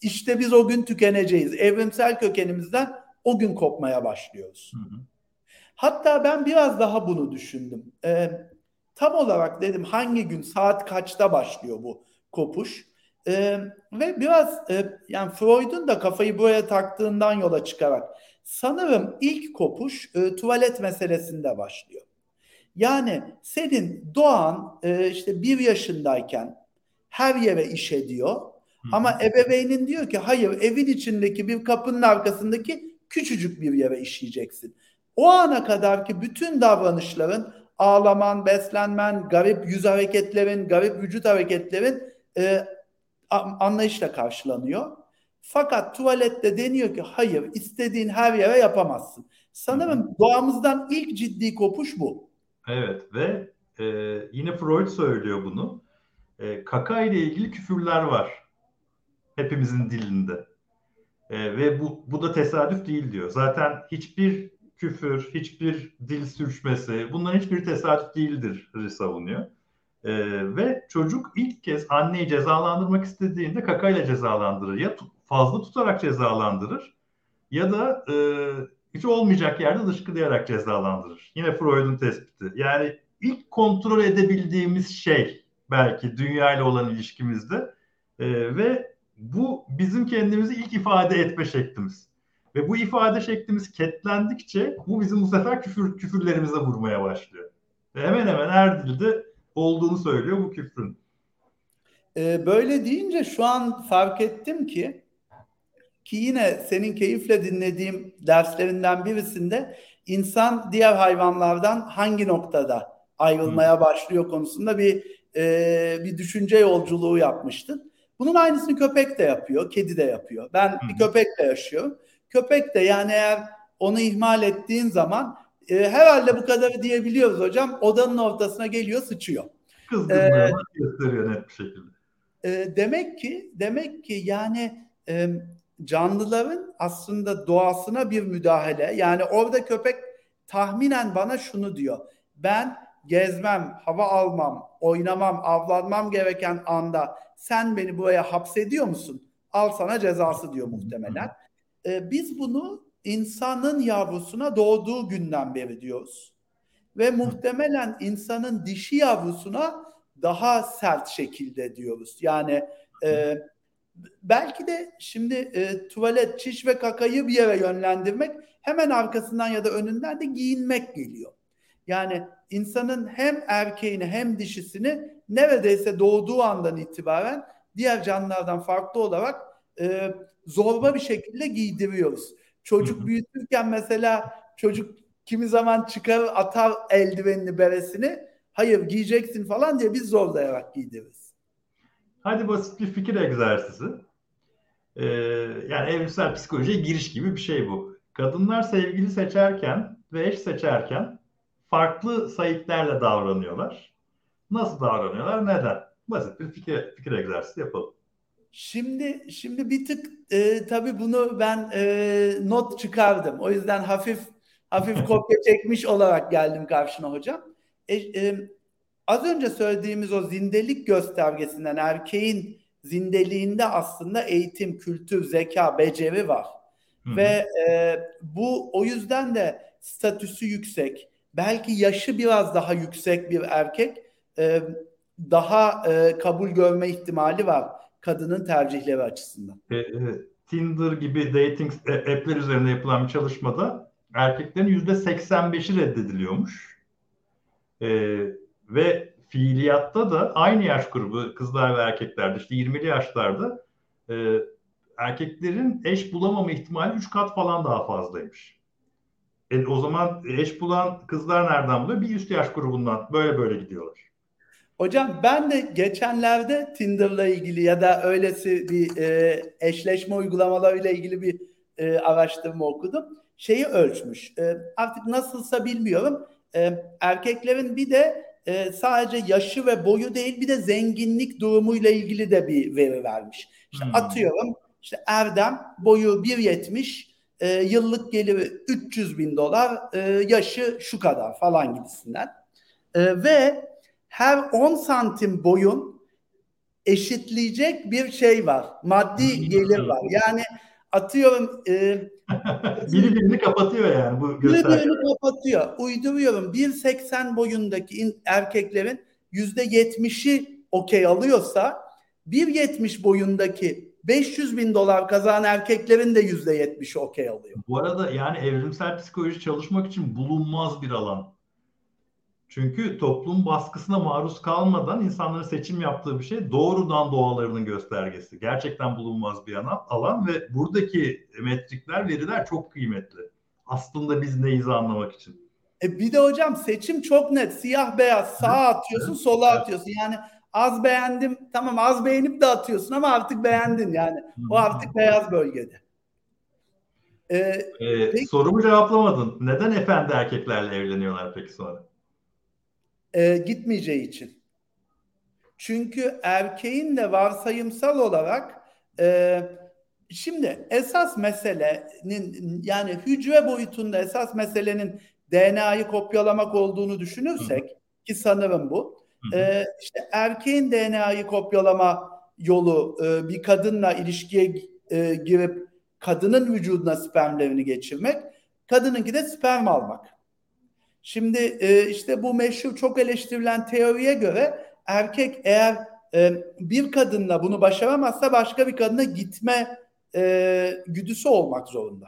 İşte biz o gün tükeneceğiz. Evrimsel kökenimizden o gün kopmaya başlıyoruz.
Hı hı.
Hatta ben biraz daha bunu düşündüm. Ee, tam olarak dedim hangi gün saat kaçta başlıyor bu kopuş? Ee, ve biraz e, yani Freud'un da kafayı buraya taktığından yola çıkarak sanırım ilk kopuş e, tuvalet meselesinde başlıyor. Yani senin doğan e, işte bir yaşındayken her yere işediyor.
Hı hı.
Ama ebeveynin diyor ki hayır, evin içindeki bir kapının arkasındaki küçücük bir yere işeyeceksin. O ana kadarki bütün davranışların, ağlaman, beslenmen, garip yüz hareketlerin, garip vücut hareketlerin e, anlayışla karşılanıyor. Fakat tuvalette deniyor ki hayır, istediğin her yere yapamazsın.
Hı hı.
Sanırım doğamızdan ilk ciddi kopuş bu.
Evet ve e, yine Freud söylüyor bunu. E, kaka ile ilgili küfürler var hepimizin dilinde. E, ve bu, bu da tesadüf değil diyor. Zaten hiçbir küfür, hiçbir dil sürçmesi, bunların hiçbir tesadüf değildir savunuyor. E, ve çocuk ilk kez anneyi cezalandırmak istediğinde kakayla cezalandırır. Ya tut, fazla tutarak cezalandırır ya da e, hiç olmayacak yerde dışkılayarak cezalandırır. Yine Freud'un tespiti. Yani ilk kontrol edebildiğimiz şey belki dünya ile olan ilişkimizde e, ve bu bizim kendimizi ilk ifade etme şeklimiz. Ve bu ifade şeklimiz ketlendikçe bu bizim bu sefer küfür, küfürlerimize vurmaya başlıyor. Ve hemen hemen her dilde olduğunu söylüyor bu küfrün.
Ee, böyle deyince şu an fark ettim ki ki yine senin keyifle dinlediğim derslerinden birisinde insan diğer hayvanlardan hangi noktada
Hı
ayrılmaya başlıyor konusunda bir e, bir düşünce yolculuğu yapmıştın. Bunun aynısını köpek de yapıyor, kedi de yapıyor. Ben
hı.
bir köpekle yaşıyorum. Köpek de yani eğer onu ihmal ettiğin zaman e, herhalde bu kadarı diyebiliyoruz hocam. Odanın ortasına geliyor, sıçıyor. E,
Kızgınlığını gösteriyor net bir şekilde.
e, demek ki demek ki yani e, canlıların aslında doğasına bir müdahale. Yani orada köpek tahminen bana şunu diyor. Ben gezmem, hava almam, oynamam, avlanmam gereken anda sen beni buraya hapsediyor musun? Al sana cezası diyor
Hı hı.
muhtemelen. E, biz bunu insanın yavrusuna doğduğu günden beri diyoruz ve muhtemelen insanın dişi yavrusuna daha sert şekilde diyoruz. Yani e, belki de şimdi e, tuvalet, çiş ve kakayı bir yere yönlendirmek hemen arkasından ya da önünden de giyinmek geliyor. Yani insanın hem erkeğini hem dişisini neredeyse doğduğu andan itibaren diğer canlılardan farklı olarak e, zorba bir şekilde giydiriyoruz.
Hı
Çocuk
hı.
büyütürken mesela çocuk kimi zaman çıkarır atar eldivenini beresini hayır giyeceksin falan diye biz zorlayarak giydiririz.
Hadi basit bir fikir egzersizi. Ee, yani evrimsel psikolojiye giriş gibi bir şey bu. Kadınlar sevgili seçerken ve eş seçerken farklı sayıklarla davranıyorlar. Nasıl davranıyorlar? Neden? Basit bir fikir, fikir egzersizi yapalım.
Şimdi şimdi bir tık e, tabii bunu ben e, not çıkardım. O yüzden hafif hafif kopya çekmiş olarak geldim karşına hocam. E, e, az önce söylediğimiz o zindelik göstergesinden erkeğin zindeliğinde aslında eğitim, kültür, zeka, beceri var.
Hı hı.
Ve e, bu o yüzden de statüsü yüksek, belki yaşı biraz daha yüksek bir erkek e, daha e, kabul görme ihtimali var kadının tercihleri açısından.
E, e, Tinder gibi dating e, app'ler üzerinde yapılan bir çalışmada erkeklerin yüzde seksen beşi reddediliyormuş. E, ve fiiliyatta da aynı yaş grubu kızlar ve erkeklerde işte yirmili yaşlarda e, erkeklerin eş bulamama ihtimali üç kat falan daha fazlaymış. E, o zaman eş bulan kızlar nereden buluyor? Bir üst yaş grubundan böyle böyle gidiyorlar.
Hocam ben de geçenlerde Tinder'la ilgili ya da öylesi bir e, eşleşme uygulamalarıyla ilgili bir e, araştırma okudum. Şeyi ölçmüş. E, artık nasılsa bilmiyorum. E, erkeklerin bir de e, sadece yaşı ve boyu değil bir de zenginlik durumuyla ilgili de bir veri vermiş. İşte
Hmm.
atıyorum işte Erdem boyu bir yetmiş, e, yıllık geliri üç yüz bin dolar, e, yaşı şu kadar falan gibisinden. E, ve her on santim boyun eşitleyecek bir şey var. Maddi gelir var.
Hmm.
Yani atıyorum e,
Biri birini kapatıyor yani bu
biri birini
göstergeler.
kapatıyor. Uyduruyorum. bir seksen boyundaki in- erkeklerin yüzde yetmişi okey alıyorsa bir yetmiş boyundaki beş yüz bin dolar kazanan erkeklerin de yüzde yetmişi okey alıyor.
Bu arada yani evrimsel psikoloji çalışmak için bulunmaz bir alan. Çünkü toplum baskısına maruz kalmadan insanların seçim yaptığı bir şey doğrudan doğalarının göstergesi. Gerçekten bulunmaz bir alan, alan ve buradaki metrikler, veriler çok kıymetli. Aslında biz neyiz anlamak için.
E bir de hocam seçim çok net. Siyah beyaz.
Evet,
Sağa atıyorsun,
evet,
sola
evet.
atıyorsun. Yani az beğendim. Tamam, az beğenip de atıyorsun ama artık beğendin yani.
Hı
O
hı.
artık beyaz bölgede. E,
Ee,
peki
sorumu cevaplamadın. Neden efendi erkeklerle evleniyorlar peki sonra?
e, gitmeyeceği için. Çünkü erkeğin de varsayımsal olarak e, şimdi esas meselenin, yani hücre boyutunda esas meselenin D N A'yı kopyalamak olduğunu
Hı hı,
düşünürsek, ki sanırım bu,
hı hı.
e, işte erkeğin D N A'yı kopyalama yolu e, bir kadınla ilişkiye e, girip kadının vücuduna spermlerini geçirmek, kadınınki de sperm almak. Şimdi e, işte bu meşhur çok eleştirilen teoriye göre erkek eğer e, bir kadınla bunu başaramazsa başka bir kadına gitme e, güdüsü olmak zorunda.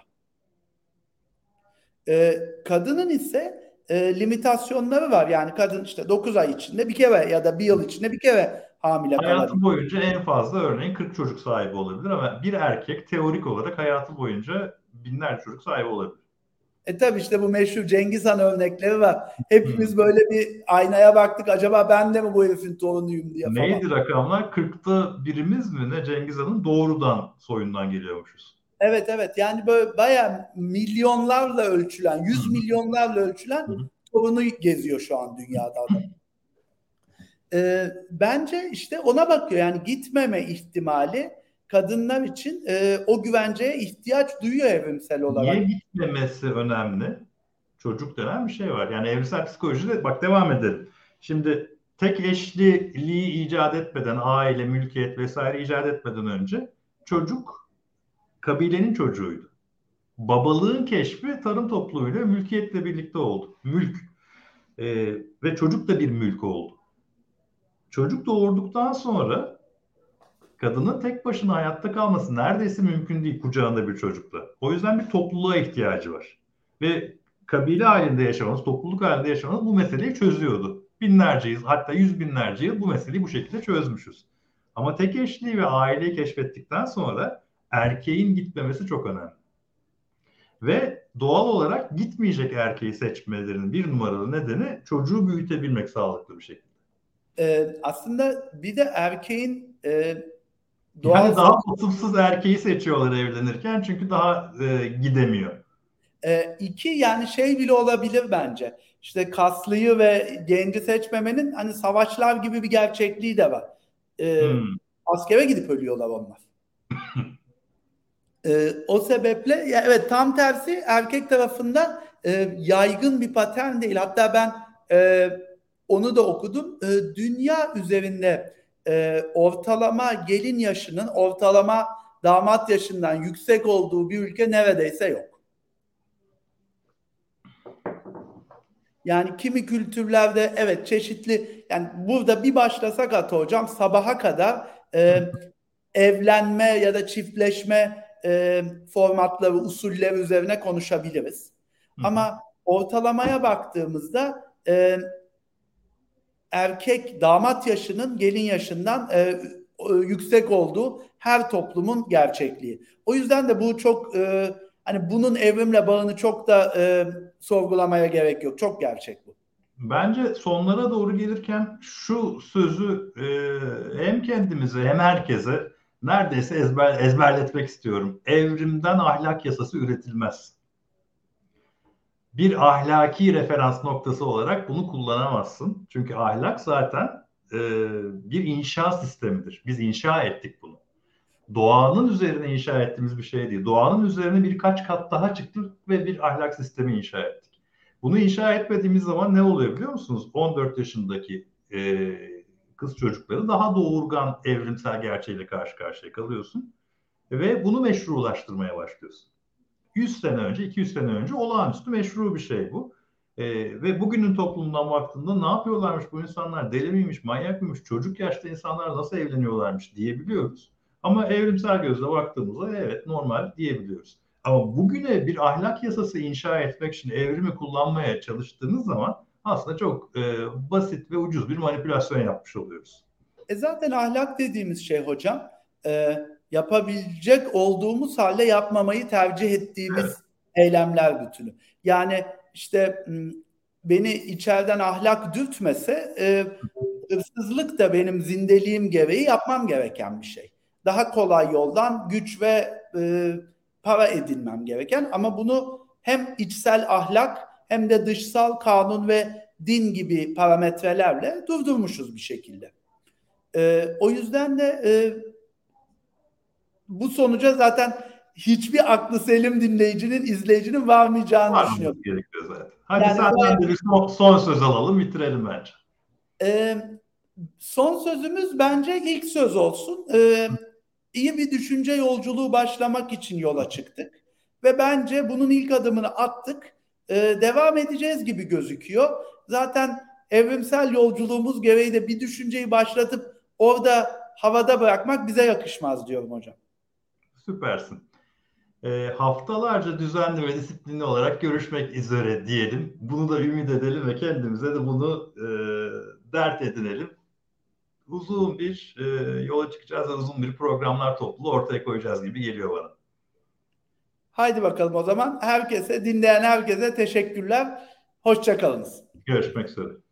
E, kadının ise e, limitasyonları var. Yani kadın işte dokuz ay içinde bir kere ya da bir yıl içinde bir kere hamile
Hayatı
kalabilir.
boyunca en fazla örneğin kırk çocuk sahibi olabilir ama bir erkek teorik olarak hayatı boyunca binlerce çocuk sahibi olabilir.
E tabii işte bu meşhur Cengiz Han örnekleri var.
Hmm.
Hepimiz böyle bir aynaya baktık, acaba ben de mi bu herifin torunuyum diye falan.
Neydi rakamlar? kırkta birimiz mi ne Cengiz Han'ın doğrudan soyundan geliyormuşuz.
Evet, evet, yani böyle bayağı milyonlarla ölçülen,
Hı
yüz
hı,
milyonlarla ölçülen
hı hı.
torunu geziyor şu an dünyada adam. Ee, bence işte ona bakıyor, yani gitmeme ihtimali kadınlar için e, o güvenceye ihtiyaç duyuyor evrimsel
Niye
olarak.
gitmemesi önemli? Çocuk denen bir şey var. Yani evrimsel psikolojide bak devam edelim. Şimdi tek eşliliği icat etmeden, aile, mülkiyet vesaire icat etmeden önce çocuk kabilenin çocuğuydu. Babalığın keşfi tarım topluluğuyla mülkiyetle birlikte oldu. Mülk. Ee, ve çocuk da bir mülk oldu. Çocuk doğurduktan sonra kadının tek başına hayatta kalması neredeyse mümkün değil kucağında bir çocukla. O yüzden bir topluluğa ihtiyacı var. Ve kabile halinde yaşamanız, topluluk halinde yaşamanız bu meseleyi çözüyordu. Binlerce yıl, hatta yüz binlerce yıl bu meseleyi bu şekilde çözmüşüz. Ama tek eşliği ve aileyi keşfettikten sonra erkeğin gitmemesi çok önemli. Ve doğal olarak gitmeyecek erkeği seçmelerinin bir numaralı nedeni çocuğu büyütebilmek sağlıklı bir şekilde.
Ee, aslında bir de erkeğin e, doğal
Yani daha
sapı
vasıfsız erkeği seçiyorlar evlenirken çünkü daha e, gidemiyor.
e, iki, yani şey bile olabilir bence. İşte kaslıyı ve genci seçmemenin hani savaşlar gibi bir gerçekliği de var. Ee,
Hmm.
askere gidip ölüyorlar onlar. Ee, o sebeple ya evet, tam tersi erkek tarafında e, yaygın bir patern değil. Hatta ben e, onu da okudum. E, dünya üzerinde e, ortalama gelin yaşının ortalama damat yaşından yüksek olduğu bir ülke neredeyse yok. Yani kimi kültürlerde evet çeşitli, yani burada bir başlasak hatta hocam sabaha kadar e, evlenme ya da çiftleşme e, formatları, usulleri üzerine konuşabiliriz. Ama ortalamaya baktığımızda e, erkek damat yaşının gelin yaşından e, e, yüksek olduğu her toplumun gerçekliği. O yüzden de bu çok e, hani bunun evrimle bağını çok da e, sorgulamaya gerek yok. Çok gerçek bu.
Bence sonlara doğru gelirken şu sözü e, hem kendimize hem herkese neredeyse ezber, ezberletmek istiyorum. Evrimden ahlak yasası üretilmez. Bir ahlaki referans noktası olarak bunu kullanamazsın. Çünkü ahlak zaten e, bir inşa sistemidir. Biz inşa ettik bunu. Doğanın üzerine inşa ettiğimiz bir şey değil. Doğanın üzerine birkaç kat daha çıktık ve bir ahlak sistemi inşa ettik. Bunu inşa etmediğimiz zaman ne oluyor biliyor musunuz? on dört yaşındaki e, kız çocukları daha doğurgan evrimsel gerçeğiyle karşı karşıya kalıyorsun. Ve bunu meşrulaştırmaya başlıyorsun. yüz sene önce, iki yüz sene önce olağanüstü meşru bir şey bu. Ee, ve bugünün toplumundan baktığında ne yapıyorlarmış bu insanlar, deli miymiş, manyak mıymış, çocuk yaşta insanlar nasıl evleniyorlarmış diyebiliyoruz. Ama evrimsel gözle baktığımızda evet normal diyebiliyoruz. Ama bugüne bir ahlak yasası inşa etmek için evrimi kullanmaya çalıştığınız zaman aslında çok e, basit ve ucuz bir manipülasyon yapmış oluyoruz.
E zaten ahlak dediğimiz şey hocam, e, yapabilecek olduğumuz halde yapmamayı tercih
Evet.
ettiğimiz eylemler bütünü. Yani işte beni içeriden ahlak dürtmese, e, hırsızlık da benim zindeliğim gereği yapmam gereken bir şey. Daha kolay yoldan güç ve e, para edinmem gereken, ama bunu hem içsel ahlak hem de dışsal kanun ve din gibi parametrelerle durdurmuşuz bir şekilde. E, o yüzden de e, bu sonuca zaten hiçbir aklı selim dinleyicinin, izleyicinin varmayacağını
Varmaması
düşünüyorum.
gerekiyor zaten. Hadi
Yani bu
senden de bir son, son söz alalım, bitirelim bence.
e, son sözümüz bence ilk söz olsun. E, iyi bir düşünce yolculuğu başlamak için yola çıktık. Ve bence bunun ilk adımını attık. E, devam edeceğiz gibi gözüküyor. Zaten evrimsel yolculuğumuz gereği de bir düşünceyi başlatıp orada havada bırakmak bize yakışmaz diyorum hocam.
Süpersin. E, haftalarca düzenli ve disiplinli olarak görüşmek üzere diyelim. Bunu da ümit edelim ve kendimize de bunu e, dert edinelim. Uzun bir e, yola çıkacağız ve uzun bir programlar topluluğu ortaya koyacağız gibi geliyor bana.
Haydi bakalım o zaman. Herkese, dinleyen herkese teşekkürler. Hoşça kalınız.
Görüşmek üzere.